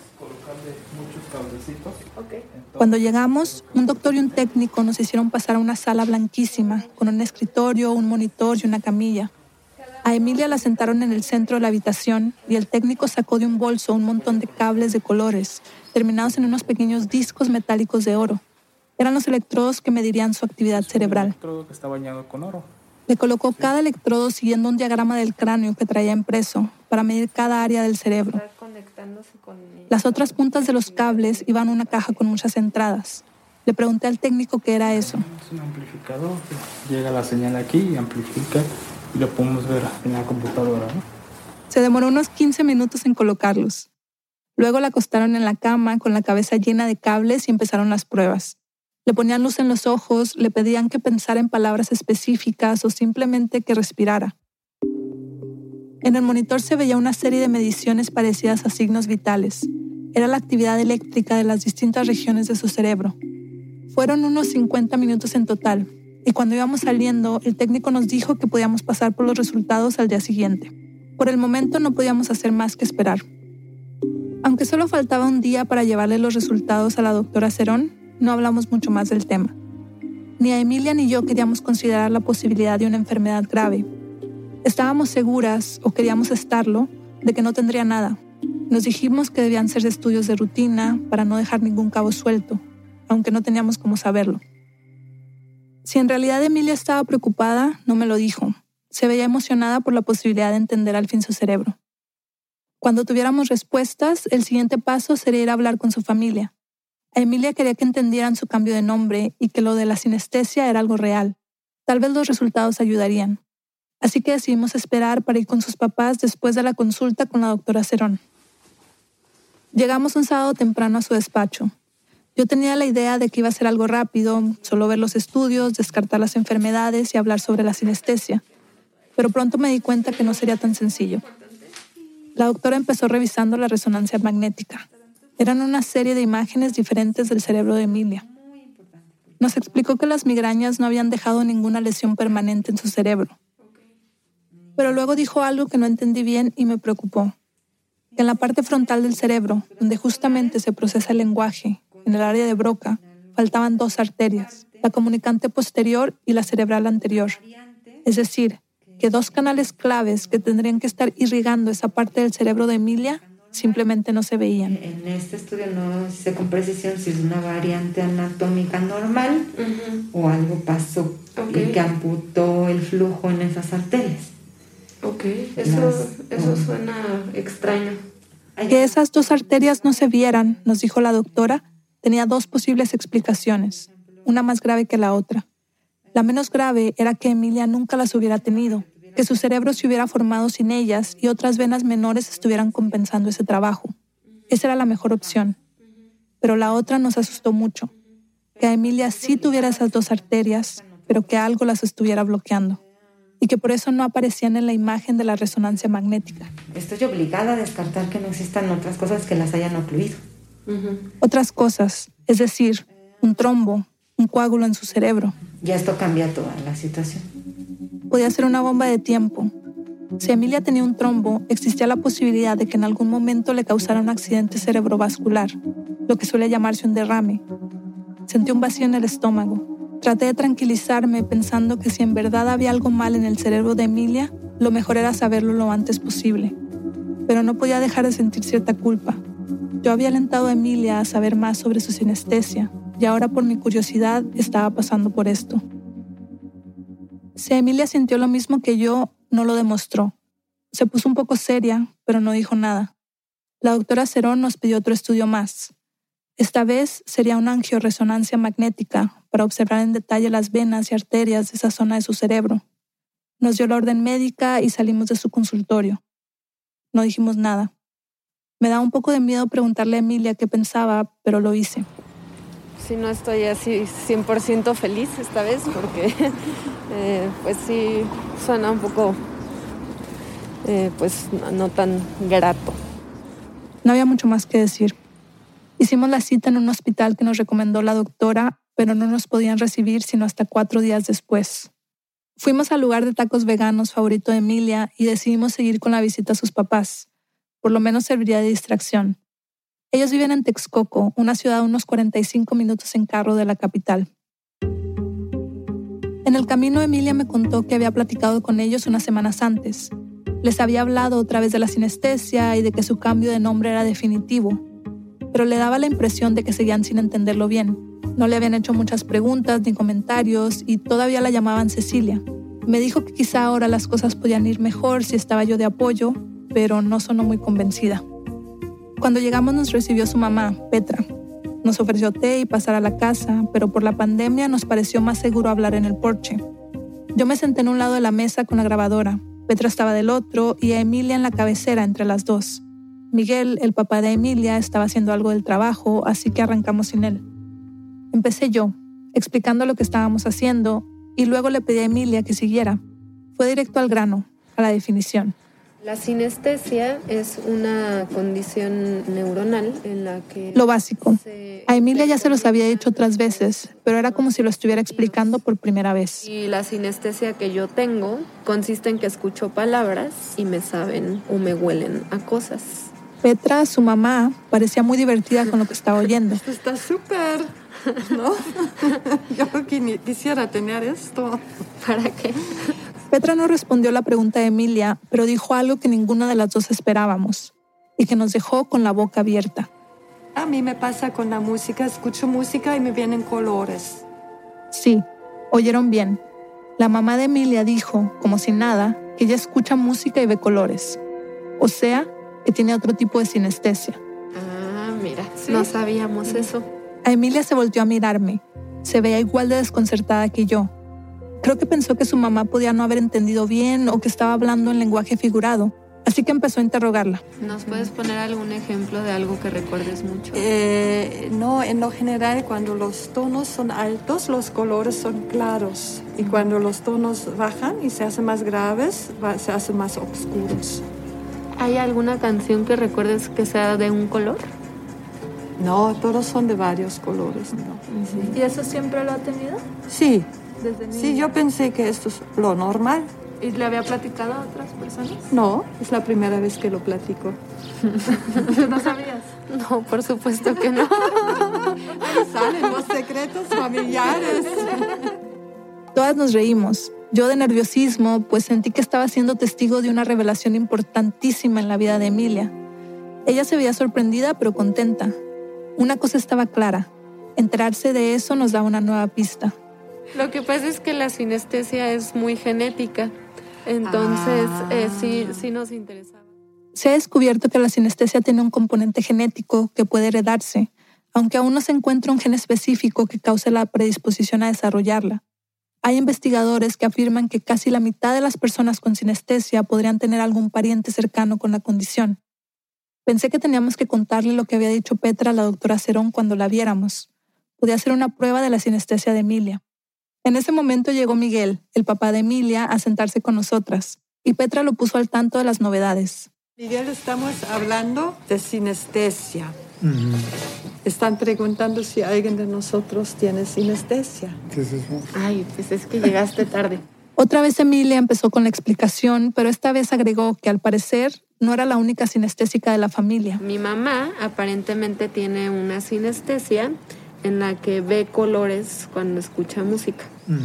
Cuando llegamos, un doctor y un técnico nos hicieron pasar a una sala blanquísima, con un escritorio, un monitor y una camilla. A Emilia la sentaron en el centro de la habitación y el técnico sacó de un bolso un montón de cables de colores, terminados en unos pequeños discos metálicos de oro. Eran los electrodos que medirían su actividad cerebral. Un electrodo que está bañado con oro. Le colocó cada electrodo siguiendo un diagrama del cráneo que traía impreso para medir cada área del cerebro. Las otras puntas de los cables iban a una caja con muchas entradas. Le pregunté al técnico qué era eso. Es un amplificador que llega la señal aquí y amplifica y lo podemos ver en la computadora, ¿no? Se demoró unos 15 minutos en colocarlos. Luego la acostaron en la cama con la cabeza llena de cables y empezaron las pruebas. Le ponían luz en los ojos, le pedían que pensara en palabras específicas o simplemente que respirara. En el monitor se veía una serie de mediciones parecidas a signos vitales. Era la actividad eléctrica de las distintas regiones de su cerebro. Fueron unos 50 minutos en total, y cuando íbamos saliendo, el técnico nos dijo que podíamos pasar por los resultados al día siguiente. Por el momento no podíamos hacer más que esperar. Aunque solo faltaba un día para llevarle los resultados a la doctora Cerón, no hablamos mucho más del tema. Ni a Emilia ni yo queríamos considerar la posibilidad de una enfermedad grave. Estábamos seguras, o queríamos estarlo, de que no tendría nada. Nos dijimos que debían ser estudios de rutina para no dejar ningún cabo suelto, aunque no teníamos cómo saberlo. Si en realidad Emilia estaba preocupada, no me lo dijo. Se veía emocionada por la posibilidad de entender al fin su cerebro. Cuando tuviéramos respuestas, el siguiente paso sería ir a hablar con su familia. A Emilia quería que entendieran su cambio de nombre y que lo de la sinestesia era algo real. Tal vez los resultados ayudarían. Así que decidimos esperar para ir con sus papás después de la consulta con la doctora Cerón. Llegamos un sábado temprano a su despacho. Yo tenía la idea de que iba a ser algo rápido, solo ver los estudios, descartar las enfermedades y hablar sobre la sinestesia. Pero pronto me di cuenta que no sería tan sencillo. La doctora empezó revisando la resonancia magnética. Eran una serie de imágenes diferentes del cerebro de Emilia. Nos explicó que las migrañas no habían dejado ninguna lesión permanente en su cerebro. Pero luego dijo algo que no entendí bien y me preocupó. Que en la parte frontal del cerebro, donde justamente se procesa el lenguaje, en el área de Broca, faltaban 2 arterias, la comunicante posterior y la cerebral anterior. Es decir, que 2 canales claves que tendrían que estar irrigando esa parte del cerebro de Emilia simplemente no se veían. En este estudio no sé con precisión si es una variante anatómica normal o algo pasó y que amputó el flujo en esas arterias. Ok, eso suena extraño. Que esas 2 arterias no se vieran, nos dijo la doctora, tenía 2 posibles explicaciones, una más grave que la otra. La menos grave era que Emilia nunca las hubiera tenido, que su cerebro se hubiera formado sin ellas y otras venas menores estuvieran compensando ese trabajo. Esa era la mejor opción. Pero la otra nos asustó mucho. Que a Emilia sí tuviera esas 2 arterias, pero que algo las estuviera bloqueando y que por eso no aparecían en la imagen de la resonancia magnética. Estoy obligada a descartar que no existan otras cosas que las hayan ocluido. Otras cosas, es decir, un trombo, un coágulo en su cerebro. Ya esto cambia toda la situación. Podía ser una bomba de tiempo. Si Emilia tenía un trombo, existía la posibilidad de que en algún momento le causara un accidente cerebrovascular, lo que suele llamarse un derrame. Sentí un vacío en el estómago. Traté de tranquilizarme pensando que si en verdad había algo mal en el cerebro de Emilia, lo mejor era saberlo lo antes posible. Pero no podía dejar de sentir cierta culpa. Yo había alentado a Emilia a saber más sobre su sinestesia y ahora por mi curiosidad estaba pasando por esto. Si Emilia sintió lo mismo que yo, no lo demostró. Se puso un poco seria, pero no dijo nada. La doctora Cerón nos pidió otro estudio más. Esta vez sería una angioresonancia magnética para observar en detalle las venas y arterias de esa zona de su cerebro. Nos dio la orden médica y salimos de su consultorio. No dijimos nada. Me da un poco de miedo preguntarle a Emilia qué pensaba, pero lo hice. Sí, no estoy así 100% feliz esta vez porque pues sí suena un poco pues no tan grato. No había mucho más que decir. Hicimos la cita en un hospital que nos recomendó la doctora, pero no nos podían recibir sino hasta 4 días después. Fuimos al lugar de tacos veganos favorito de Emilia y decidimos seguir con la visita a sus papás. Por lo menos serviría de distracción. Ellos viven en Texcoco, una ciudad a unos 45 minutos en carro de la capital. En el camino, Emilia me contó que había platicado con ellos unas semanas antes. Les había hablado otra vez de la sinestesia y de que su cambio de nombre era definitivo, pero le daba la impresión de que seguían sin entenderlo bien. No le habían hecho muchas preguntas ni comentarios y todavía la llamaban Cecilia. Me dijo que quizá ahora las cosas podían ir mejor si estaba yo de apoyo, pero no sonó muy convencida. Cuando llegamos nos recibió su mamá, Petra. Nos ofreció té y pasar a la casa, pero por la pandemia nos pareció más seguro hablar en el porche. Yo me senté en un lado de la mesa con la grabadora. Petra estaba del otro y a Emilia en la cabecera entre las dos. Miguel, el papá de Emilia, estaba haciendo algo del trabajo, así que arrancamos sin él. Empecé yo, explicando lo que estábamos haciendo, y luego le pedí a Emilia que siguiera. Fue directo al grano, a la definición. La sinestesia es una condición neuronal en la que... Lo básico. A Emilia ya se los había dicho otras veces, pero era como si lo estuviera explicando por primera vez. Y la sinestesia que yo tengo consiste en que escucho palabras y me saben o me huelen a cosas. Petra, su mamá, parecía muy divertida con lo que estaba oyendo. Esto está súper, ¿no? Yo quisiera tener esto. ¿Para qué? Petra no respondió la pregunta de Emilia, pero dijo algo que ninguna de las dos esperábamos y que nos dejó con la boca abierta. A mí me pasa con la música, escucho música y me vienen colores. Sí, oyeron bien. La mamá de Emilia dijo, como si nada, que ella escucha música y ve colores. O sea, que tiene otro tipo de sinestesia. Ah, mira, ¿sí? No sabíamos eso. A Emilia se volteó a mirarme. Se veía igual de desconcertada que yo. Creo que pensó que su mamá podía no haber entendido bien o que estaba hablando en lenguaje figurado, así que empezó a interrogarla. ¿Nos puedes poner algún ejemplo de algo que recuerdes mucho? No, en lo general, cuando los tonos son altos, los colores son claros. Y cuando los tonos bajan y se hacen más graves, se hacen más oscuros. ¿Hay alguna canción que recuerdes que sea de un color? No, todos son de varios colores. ¿No? Sí. ¿Y eso siempre lo ha tenido? Sí. Sí, yo pensé que esto es lo normal. ¿Y le había platicado a otras personas? No, es la primera vez que lo platico. ¿No sabías? No, por supuesto que no. Ahí salen los secretos familiares. Todas nos reímos. Yo de nerviosismo, pues sentí que estaba siendo testigo de una revelación importantísima en la vida de Emilia. Ella se veía sorprendida, pero contenta. Una cosa estaba clara. Enterarse de eso nos daba una nueva pista. Lo que pasa es que la sinestesia es muy genética, entonces sí nos interesaba. Se ha descubierto que la sinestesia tiene un componente genético que puede heredarse, aunque aún no se encuentra un gen específico que cause la predisposición a desarrollarla. Hay investigadores que afirman que casi la mitad de las personas con sinestesia podrían tener algún pariente cercano con la condición. Pensé que teníamos que contarle lo que había dicho Petra a la doctora Cerón cuando la viéramos. Podía ser una prueba de la sinestesia de Emilia. En ese momento llegó Miguel, el papá de Emilia, a sentarse con nosotras, y Petra lo puso al tanto de las novedades. Miguel, estamos hablando de sinestesia. Están preguntando si alguien de nosotros tiene sinestesia. ¿Qué es eso? Ay, pues es que llegaste tarde. Otra vez Emilia empezó con la explicación, pero esta vez agregó que al parecer no era la única sinestésica de la familia. Mi mamá aparentemente tiene una sinestesia en la que ve colores cuando escucha música.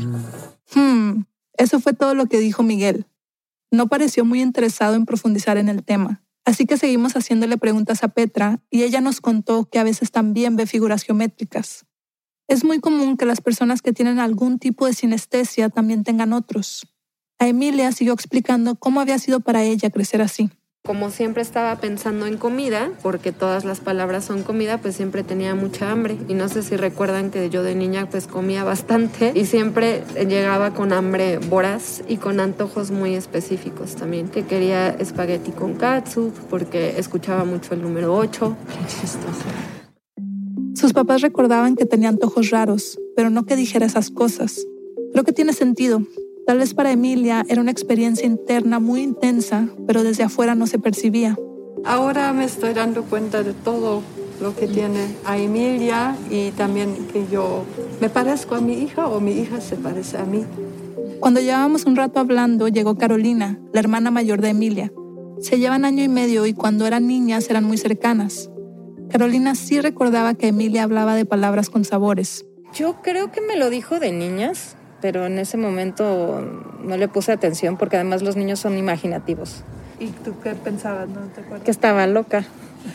Eso fue todo lo que dijo Miguel. No pareció muy interesado en profundizar en el tema. Así que seguimos haciéndole preguntas a Petra y ella nos contó que a veces también ve figuras geométricas. Es muy común que las personas que tienen algún tipo de sinestesia también tengan otros. A Emilia siguió explicando cómo había sido para ella crecer así. Como siempre estaba pensando en comida, porque todas las palabras son comida, pues siempre tenía mucha hambre. Y no sé si recuerdan que yo de niña pues comía bastante y siempre llegaba con hambre voraz y con antojos muy específicos también. Que quería espagueti con catsup porque escuchaba mucho el número 8. Qué chistoso. Sus papás recordaban que tenía antojos raros, pero no que dijera esas cosas. Creo que tiene sentido. Tal vez para Emilia era una experiencia interna muy intensa, pero desde afuera no se percibía. Ahora me estoy dando cuenta de todo lo que tiene a Emilia y también que yo me parezco a mi hija o mi hija se parece a mí. Cuando llevábamos un rato hablando, llegó Carolina, la hermana mayor de Emilia. Se llevan 1 año y medio y cuando eran niñas eran muy cercanas. Carolina sí recordaba que Emilia hablaba de palabras con sabores. Yo creo que me lo dijo de niñas, pero en ese momento no le puse atención porque además los niños son imaginativos. ¿Y tú qué pensabas? ¿No te acuerdas? Que estaba loca.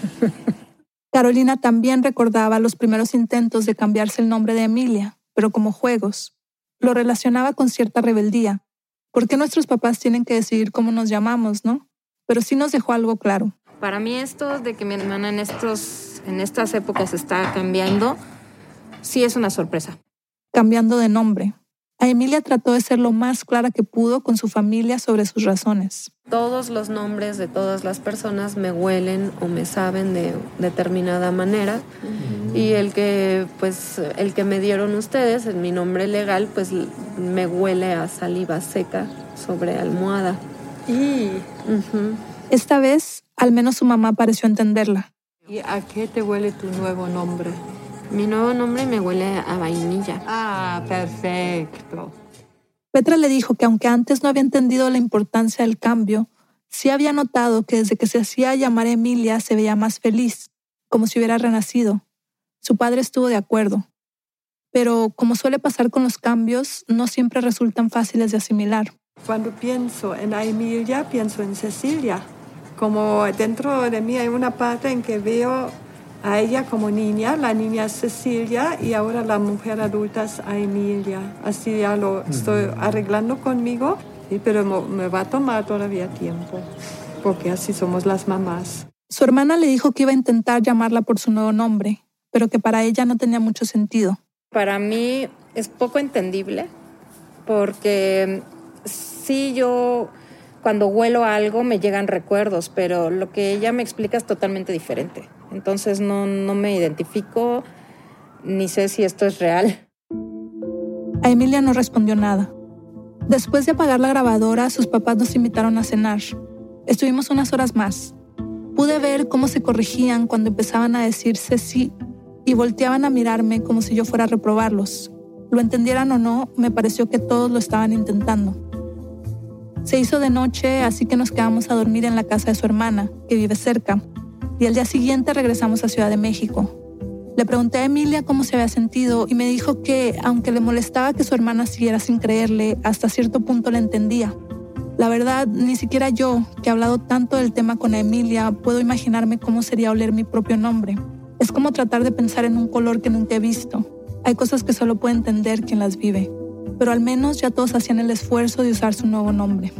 Carolina también recordaba los primeros intentos de cambiarse el nombre de Emilia, pero como juegos. Lo relacionaba con cierta rebeldía. ¿Por qué nuestros papás tienen que decidir cómo nos llamamos, no? Pero sí nos dejó algo claro. Para mí esto de que mi hermana en estas épocas está cambiando, sí es una sorpresa. Cambiando de nombre. A Emilia trató de ser lo más clara que pudo con su familia sobre sus razones. Todos los nombres de todas las personas me huelen o me saben de determinada manera. Y el que me dieron ustedes, en mi nombre legal, pues me huele a saliva seca sobre almohada. Esta vez, al menos su mamá pareció entenderla. ¿Y a qué te huele tu nuevo nombre? Mi nuevo nombre me huele a vainilla. Ah, perfecto. Petra le dijo que aunque antes no había entendido la importancia del cambio, sí había notado que desde que se hacía llamar Emilia se veía más feliz, como si hubiera renacido. Su padre estuvo de acuerdo. Pero, como suele pasar con los cambios, no siempre resultan fáciles de asimilar. Cuando pienso en Emilia, pienso en Cecilia. Como dentro de mí hay una parte en que veo a ella como niña, la niña es Cecilia y ahora la mujer adulta es Emilia. Así ya lo estoy arreglando conmigo, pero me va a tomar todavía tiempo, porque así somos las mamás. Su hermana le dijo que iba a intentar llamarla por su nuevo nombre, pero que para ella no tenía mucho sentido. Para mí es poco entendible, porque sí yo cuando huelo algo me llegan recuerdos, pero lo que ella me explica es totalmente diferente. Entonces no me identifico, ni sé si esto es real. A Emilia no respondió nada. Después de apagar la grabadora, sus papás nos invitaron a cenar. Estuvimos unas horas más. Pude ver cómo se corregían cuando empezaban a decirse sí y volteaban a mirarme como si yo fuera a reprobarlos. Lo entendieran o no, me pareció que todos lo estaban intentando. Se hizo de noche, así que nos quedamos a dormir en la casa de su hermana, que vive cerca, y al día siguiente regresamos a Ciudad de México. Le pregunté a Emilia cómo se había sentido y me dijo que, aunque le molestaba que su hermana siguiera sin creerle, hasta cierto punto la entendía. La verdad, ni siquiera yo, que he hablado tanto del tema con Emilia, puedo imaginarme cómo sería oler mi propio nombre. Es como tratar de pensar en un color que nunca he visto. Hay cosas que solo puede entender quien las vive. Pero al menos ya todos hacían el esfuerzo de usar su nuevo nombre.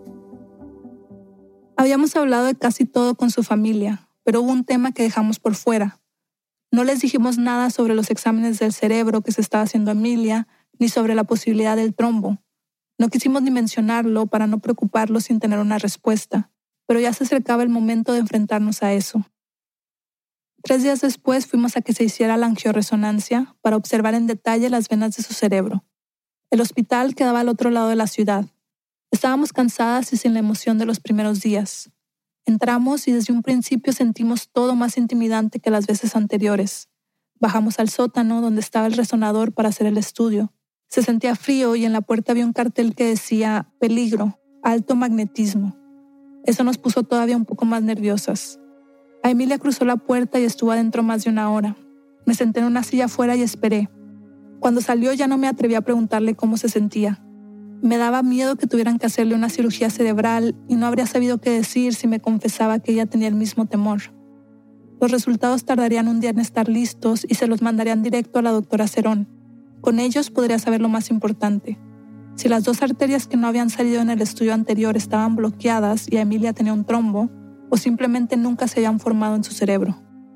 Habíamos hablado de casi todo con su familia, pero hubo un tema que dejamos por fuera. No les dijimos nada sobre los exámenes del cerebro que se estaba haciendo Emilia, ni sobre la posibilidad del trombo. No quisimos ni mencionarlo para no preocuparlos sin tener una respuesta, pero ya se acercaba el momento de enfrentarnos a eso. 3 días después fuimos a que se hiciera la angioresonancia para observar en detalle las venas de su cerebro. El hospital quedaba al otro lado de la ciudad. Estábamos cansadas y sin la emoción de los primeros días. Entramos y desde un principio sentimos todo más intimidante que las veces anteriores. Bajamos al sótano donde estaba el resonador para hacer el estudio. Se sentía frío y en la puerta había un cartel que decía «Peligro, alto magnetismo». Eso nos puso todavía un poco más nerviosas. A Emilia cruzó la puerta y estuvo adentro más de una hora. Me senté en una silla afuera y esperé. Cuando salió ya no me atreví a preguntarle cómo se sentía. Me daba miedo que tuvieran que hacerle una cirugía cerebral y no habría sabido qué decir si me confesaba que ella tenía el mismo temor. Los resultados tardarían un día en estar listos y se los mandarían directo a la doctora Cerón. Con ellos podría saber lo más importante. Si las 2 arterias que no habían salido en el estudio anterior estaban bloqueadas y Emilia tenía un trombo, o simplemente nunca se habían formado en su cerebro.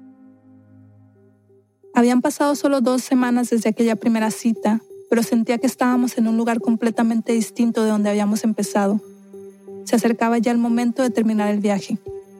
Habían pasado solo 2 semanas desde aquella primera cita, pero sentía que estábamos en un lugar completamente distinto de donde habíamos empezado. Se acercaba ya el momento de terminar el viaje.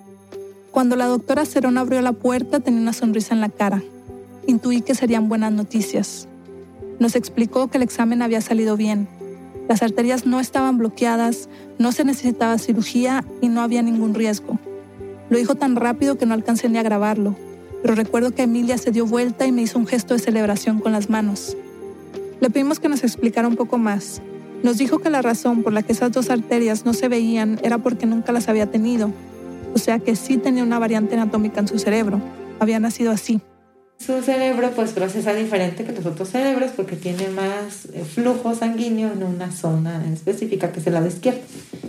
Cuando la doctora Cerón abrió la puerta, tenía una sonrisa en la cara. Intuí que serían buenas noticias. Nos explicó que el examen había salido bien. Las arterias no estaban bloqueadas, no se necesitaba cirugía y no había ningún riesgo. Lo dijo tan rápido que no alcancé ni a grabarlo, pero recuerdo que Emilia se dio vuelta y me hizo un gesto de celebración con las manos. Le pedimos que nos explicara un poco más. Nos dijo que la razón por la que esas 2 arterias no se veían era porque nunca las había tenido. O sea que sí tenía una variante anatómica en su cerebro. Había nacido así. Su cerebro pues procesa diferente que los otros cerebros porque tiene más flujo sanguíneo en una zona específica que es el lado izquierdo.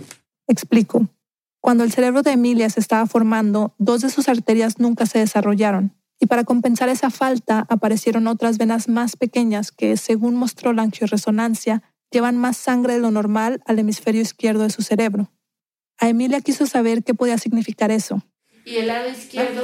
Explico. Cuando el cerebro de Emilia se estaba formando, 2 de sus arterias nunca se desarrollaron. Y para compensar esa falta, aparecieron otras venas más pequeñas que, según mostró la angioresonancia, llevan más sangre de lo normal al hemisferio izquierdo de su cerebro. A Emilia quiso saber qué podía significar eso. ¿Y el lado izquierdo,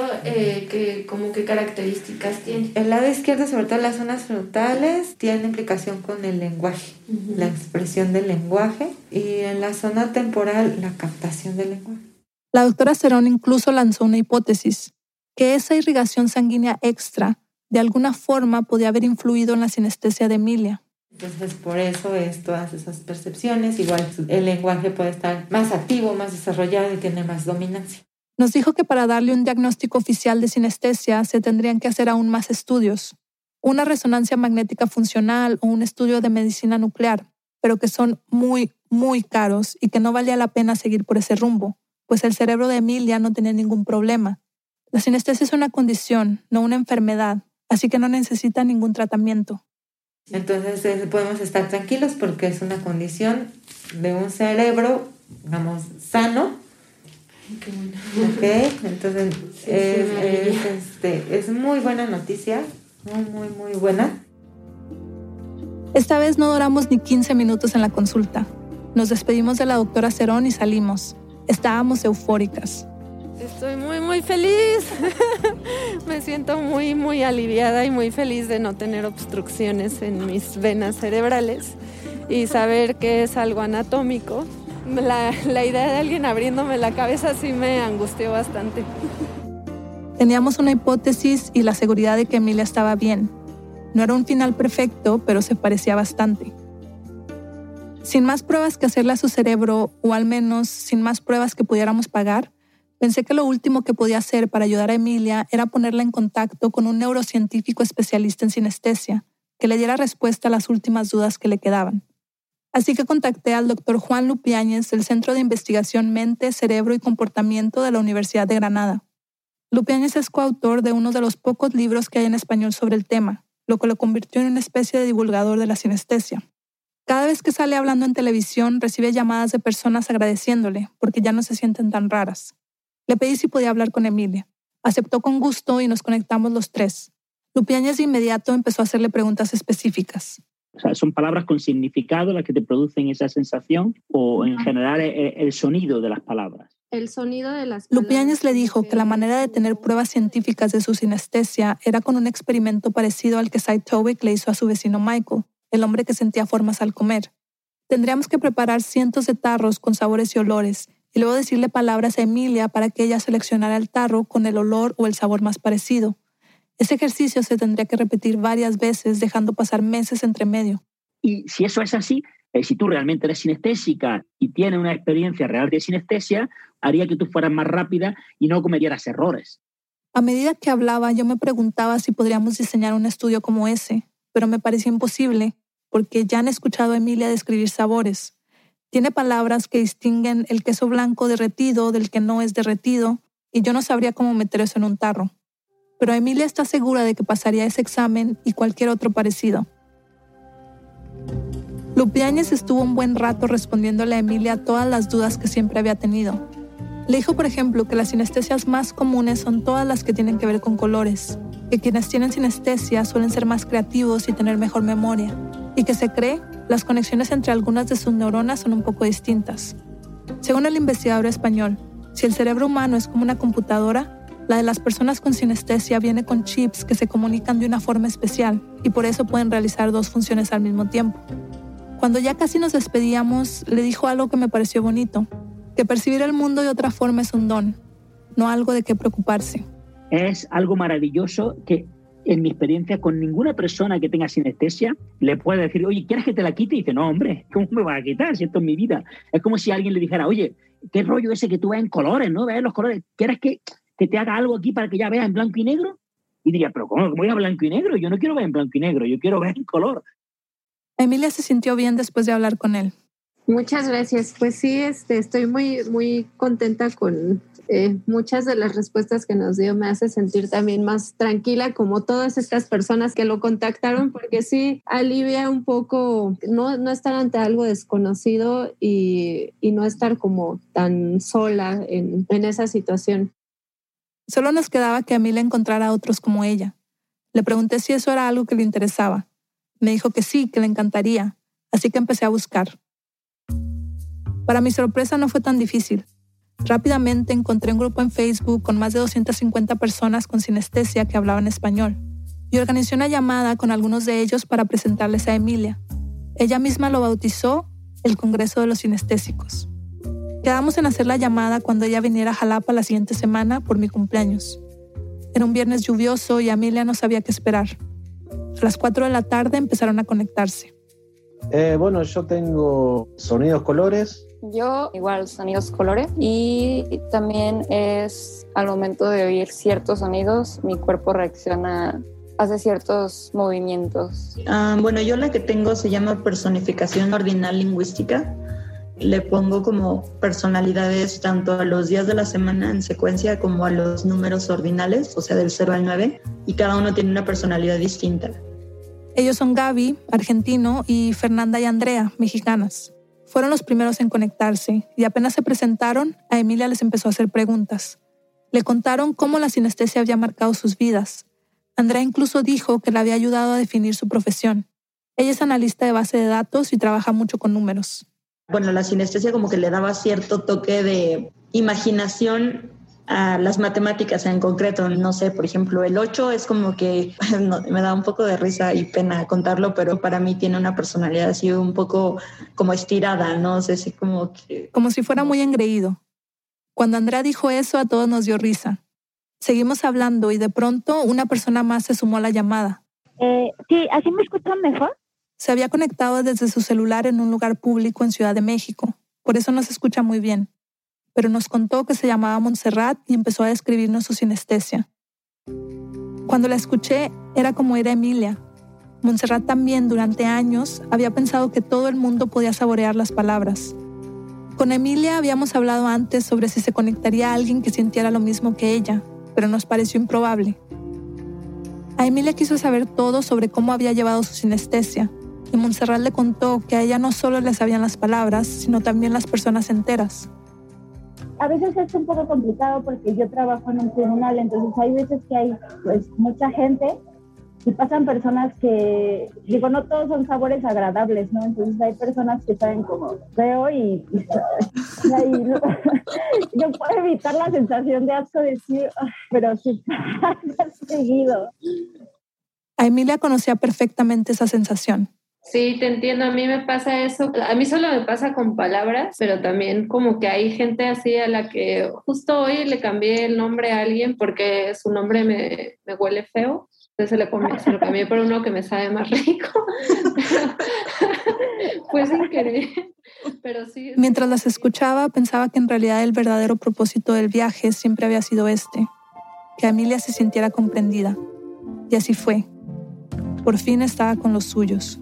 qué características tiene? El lado izquierdo, sobre todo las zonas frontales, tiene implicación con el lenguaje, la expresión del lenguaje, y en la zona temporal, la captación del lenguaje. La doctora Cerón incluso lanzó una hipótesis, que esa irrigación sanguínea extra de alguna forma podía haber influido en la sinestesia de Emilia. Entonces, por eso es todas esas percepciones. Igual el lenguaje puede estar más activo, más desarrollado y tener más dominancia. Nos dijo que para darle un diagnóstico oficial de sinestesia se tendrían que hacer aún más estudios. Una resonancia magnética funcional o un estudio de medicina nuclear, pero que son muy, muy caros y que no valía la pena seguir por ese rumbo, pues el cerebro de Emilia no tenía ningún problema. La sinestesia es una condición, no una enfermedad, así que no necesita ningún tratamiento. Entonces podemos estar tranquilos porque es una condición de un cerebro, digamos, sano. Qué bueno. Okay, entonces es muy buena noticia, muy buena. Esta vez no duramos ni 15 minutos en la consulta. Nos despedimos de la doctora Cerón y salimos. Estábamos eufóricas. Estoy muy feliz. Me siento muy aliviada y muy feliz de no tener obstrucciones en mis venas cerebrales y saber que es algo anatómico. La idea de alguien abriéndome la cabeza sí me angustió bastante. Teníamos una hipótesis y la seguridad de que Emilia estaba bien. No era un final perfecto, pero se parecía bastante. Sin más pruebas que hacerle a su cerebro, o al menos sin más pruebas que pudiéramos pagar, pensé que lo último que podía hacer para ayudar a Emilia era ponerla en contacto con un neurocientífico especialista en sinestesia, que le diera respuesta a las últimas dudas que le quedaban. Así que contacté al Dr. Juan Lupiáñez del Centro de Investigación Mente, Cerebro y Comportamiento de la Universidad de Granada. Lupiáñez es coautor de uno de los pocos libros que hay en español sobre el tema, lo que lo convirtió en una especie de divulgador de la sinestesia. Cada vez que sale hablando en televisión, recibe llamadas de personas agradeciéndole, porque ya no se sienten tan raras. Le pedí si podía hablar con Emilia. Aceptó con gusto y nos conectamos los 3. Lupiáñez de inmediato empezó a hacerle preguntas específicas. O sea, ¿son palabras con significado las que te producen esa sensación o en general el sonido de las palabras? El sonido de las palabras. Lupiáñez le dijo que la manera de tener pruebas científicas de su sinestesia era con un experimento parecido al que Cy Towick le hizo a su vecino Michael, el hombre que sentía formas al comer. Tendríamos que preparar cientos de tarros con sabores y olores y luego decirle palabras a Emilia para que ella seleccionara el tarro con el olor o el sabor más parecido. Ese ejercicio se tendría que repetir varias veces, dejando pasar meses entre medio. Y si eso es así, si tú realmente eres sinestésica y tienes una experiencia real de sinestesia, haría que tú fueras más rápida y no cometieras errores. A medida que hablaba, yo me preguntaba si podríamos diseñar un estudio como ese, pero me parecía imposible, porque ya han escuchado a Emilia describir sabores. Tiene palabras que distinguen el queso blanco derretido del que no es derretido, y yo no sabría cómo meter eso en un tarro. Pero Emilia está segura de que pasaría ese examen y cualquier otro parecido. Lupiáñez estuvo un buen rato respondiéndole a Emilia todas las dudas que siempre había tenido. Le dijo, por ejemplo, que las sinestesias más comunes son todas las que tienen que ver con colores, que quienes tienen sinestesia suelen ser más creativos y tener mejor memoria, y que se cree las conexiones entre algunas de sus neuronas son un poco distintas. Según el investigador español, si el cerebro humano es como una computadora, la de las personas con sinestesia viene con chips que se comunican de una forma especial y por eso pueden realizar dos funciones al mismo tiempo. Cuando ya casi nos despedíamos, le dijo algo que me pareció bonito, que percibir el mundo de otra forma es un don, no algo de qué preocuparse. Es algo maravilloso que, en mi experiencia, con ninguna persona que tenga sinestesia le puede decir, oye, ¿quieres que te la quite? Y dice, no, hombre, ¿cómo me vas a quitar si esto es mi vida? Es como si alguien le dijera, oye, ¿qué rollo ese que tú ves en colores, no? ¿Ves los colores? ¿Quieres que te haga algo aquí para que ya veas en blanco y negro? Y diría, pero ¿cómo voy a blanco y negro? Yo no quiero ver en blanco y negro, yo quiero ver en color. Emilia se sintió bien después de hablar con él. Muchas gracias. Pues sí, estoy muy contenta con muchas de las respuestas que nos dio. Me hace sentir también más tranquila, como todas estas personas que lo contactaron, porque sí alivia un poco no estar ante algo desconocido y no estar como tan sola en esa situación. Solo nos quedaba que Emilia encontrara a otros como ella. Le pregunté si eso era algo que le interesaba. Me dijo que sí, que le encantaría, así que empecé a buscar. Para mi sorpresa no fue tan difícil. Rápidamente encontré un grupo en Facebook con más de 250 personas con sinestesia que hablaban español y organizé una llamada con algunos de ellos para presentarles a Emilia. Ella misma lo bautizó el Congreso de los Sinestésicos. Quedamos en hacer la llamada cuando ella viniera a Jalapa la siguiente semana por mi cumpleaños. Era un viernes lluvioso y Emilia no sabía qué esperar. A las 4 de la tarde empezaron a conectarse. Bueno, yo tengo sonidos, colores. Yo igual sonidos, colores, y también es al momento de oír ciertos sonidos, mi cuerpo reacciona, hace ciertos movimientos. Bueno, yo la que tengo se llama personificación ordinal lingüística. Le pongo como personalidades tanto a los días de la semana en secuencia como a los números ordinales, o sea, del 0 al 9, y cada uno tiene una personalidad distinta. Ellos son Gaby, argentino, y Fernanda y Andrea, mexicanas. Fueron los primeros en conectarse y apenas se presentaron, a Emilia les empezó a hacer preguntas. Le contaron cómo la sinestesia había marcado sus vidas. Andrea incluso dijo que le había ayudado a definir su profesión. Ella es analista de base de datos y trabaja mucho con números. Bueno, la sinestesia como que le daba cierto toque de imaginación a las matemáticas en concreto. No sé, por ejemplo, el 8 es como que me da un poco de risa y pena contarlo, pero para mí tiene una personalidad así un poco como estirada, no sé si como que... Como si fuera muy engreído. Cuando Andrea dijo eso, a todos nos dio risa. Seguimos hablando y de pronto una persona más se sumó a la llamada. Sí, ¿así me escuchan mejor? Se había conectado desde su celular en un lugar público en Ciudad de México. Por eso no se escucha muy bien. Pero nos contó que se llamaba Montserrat y empezó a describirnos su sinestesia. Cuando la escuché, era como era Emilia. Montserrat también, durante años, había pensado que todo el mundo podía saborear las palabras. Con Emilia habíamos hablado antes sobre si se conectaría a alguien que sintiera lo mismo que ella, pero nos pareció improbable. A Emilia quiso saber todo sobre cómo había llevado su sinestesia, y Montserrat le contó que a ella no solo le sabían las palabras, sino también las personas enteras. A veces es un poco complicado porque yo trabajo en un tribunal, entonces hay veces que hay pues mucha gente y pasan personas que, digo, no todos son sabores agradables, ¿no? Entonces hay personas que saben como feo y no puedo evitar la sensación de asco de decir, pero sí pasa seguido. A Emilia conocía perfectamente esa sensación. Sí, te entiendo, a mí me pasa eso. A mí solo me pasa con palabras, pero también como que hay gente así a la que justo hoy le cambié el nombre a alguien porque su nombre me huele feo. Entonces se lo cambié por uno que me sabe más rico. Fue sin querer. Pero sí. Mientras las escuchaba, pensaba que en realidad el verdadero propósito del viaje siempre había sido que Emilia se sintiera comprendida. Y así fue. Por fin estaba con los suyos.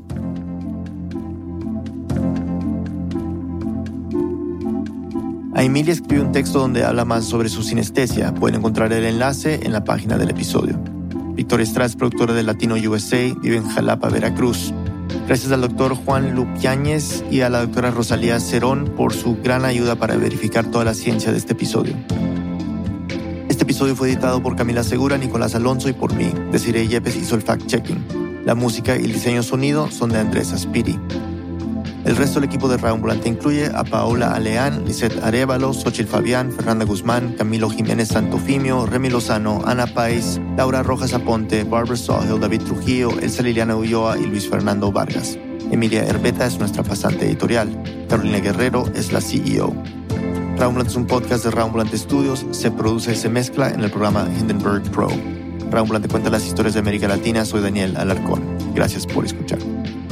Emilia escribió un texto donde habla más sobre su sinestesia. Pueden encontrar el enlace en la página del episodio. Victoria Estrada es productora de Latino USA, vive en Jalapa, Veracruz. Gracias al doctor Juan Lupiáñez y a la doctora Rosalía Cerón por su gran ayuda para verificar toda la ciencia de este episodio. Este episodio fue editado por Camila Segura, Nicolás Alonso y por mí. Desiree Yepes hizo el fact-checking. La música y el diseño sonido son de Andrés Aspiri. El resto del equipo de Radio Ambulante incluye a Paola Aleán, Lisette Arévalo, Xochitl Fabián, Fernanda Guzmán, Camilo Jiménez Santofimio, Remy Lozano, Ana Páez, Laura Rojas Aponte, Barbara Sawhill, David Trujillo, Elsa Liliana Ulloa y Luis Fernando Vargas. Emilia Herbeta es nuestra pasante editorial. Carolina Guerrero es la CEO. Radio Ambulante es un podcast de Radio Ambulante Studios. Se produce y se mezcla en el programa Hindenburg Pro. Radio Ambulante cuenta las historias de América Latina. Soy Daniel Alarcón. Gracias por escuchar.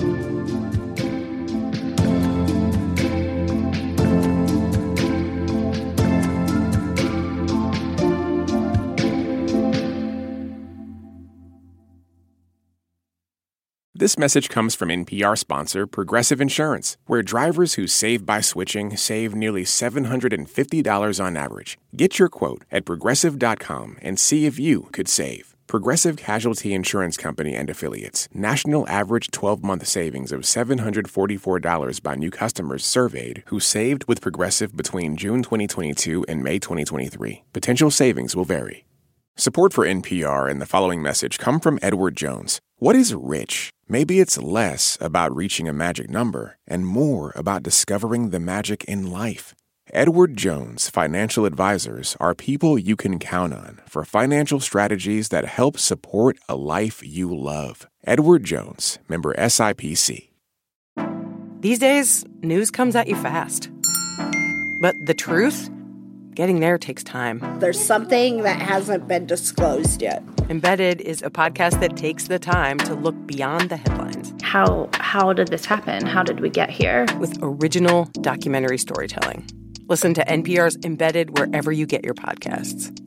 This message comes from NPR sponsor Progressive Insurance, where drivers who save by switching save nearly $750 on average. Get your quote at Progressive.com and see if you could save. Progressive Casualty Insurance Company and Affiliates. National average 12-month savings of $744 by new customers surveyed who saved with Progressive between June 2022 and May 2023. Potential savings will vary. Support for NPR and the following message come from Edward Jones. What is rich? Maybe it's less about reaching a magic number and more about discovering the magic in life. Edward Jones Financial Advisors are people you can count on for financial strategies that help support a life you love. Edward Jones, member SIPC. These days, news comes at you fast. But the truth? Getting there takes time. There's something that hasn't been disclosed yet. Embedded is a podcast that takes the time to look beyond the headlines. How did this happen? How did we get here? With original documentary storytelling. Listen to NPR's Embedded wherever you get your podcasts.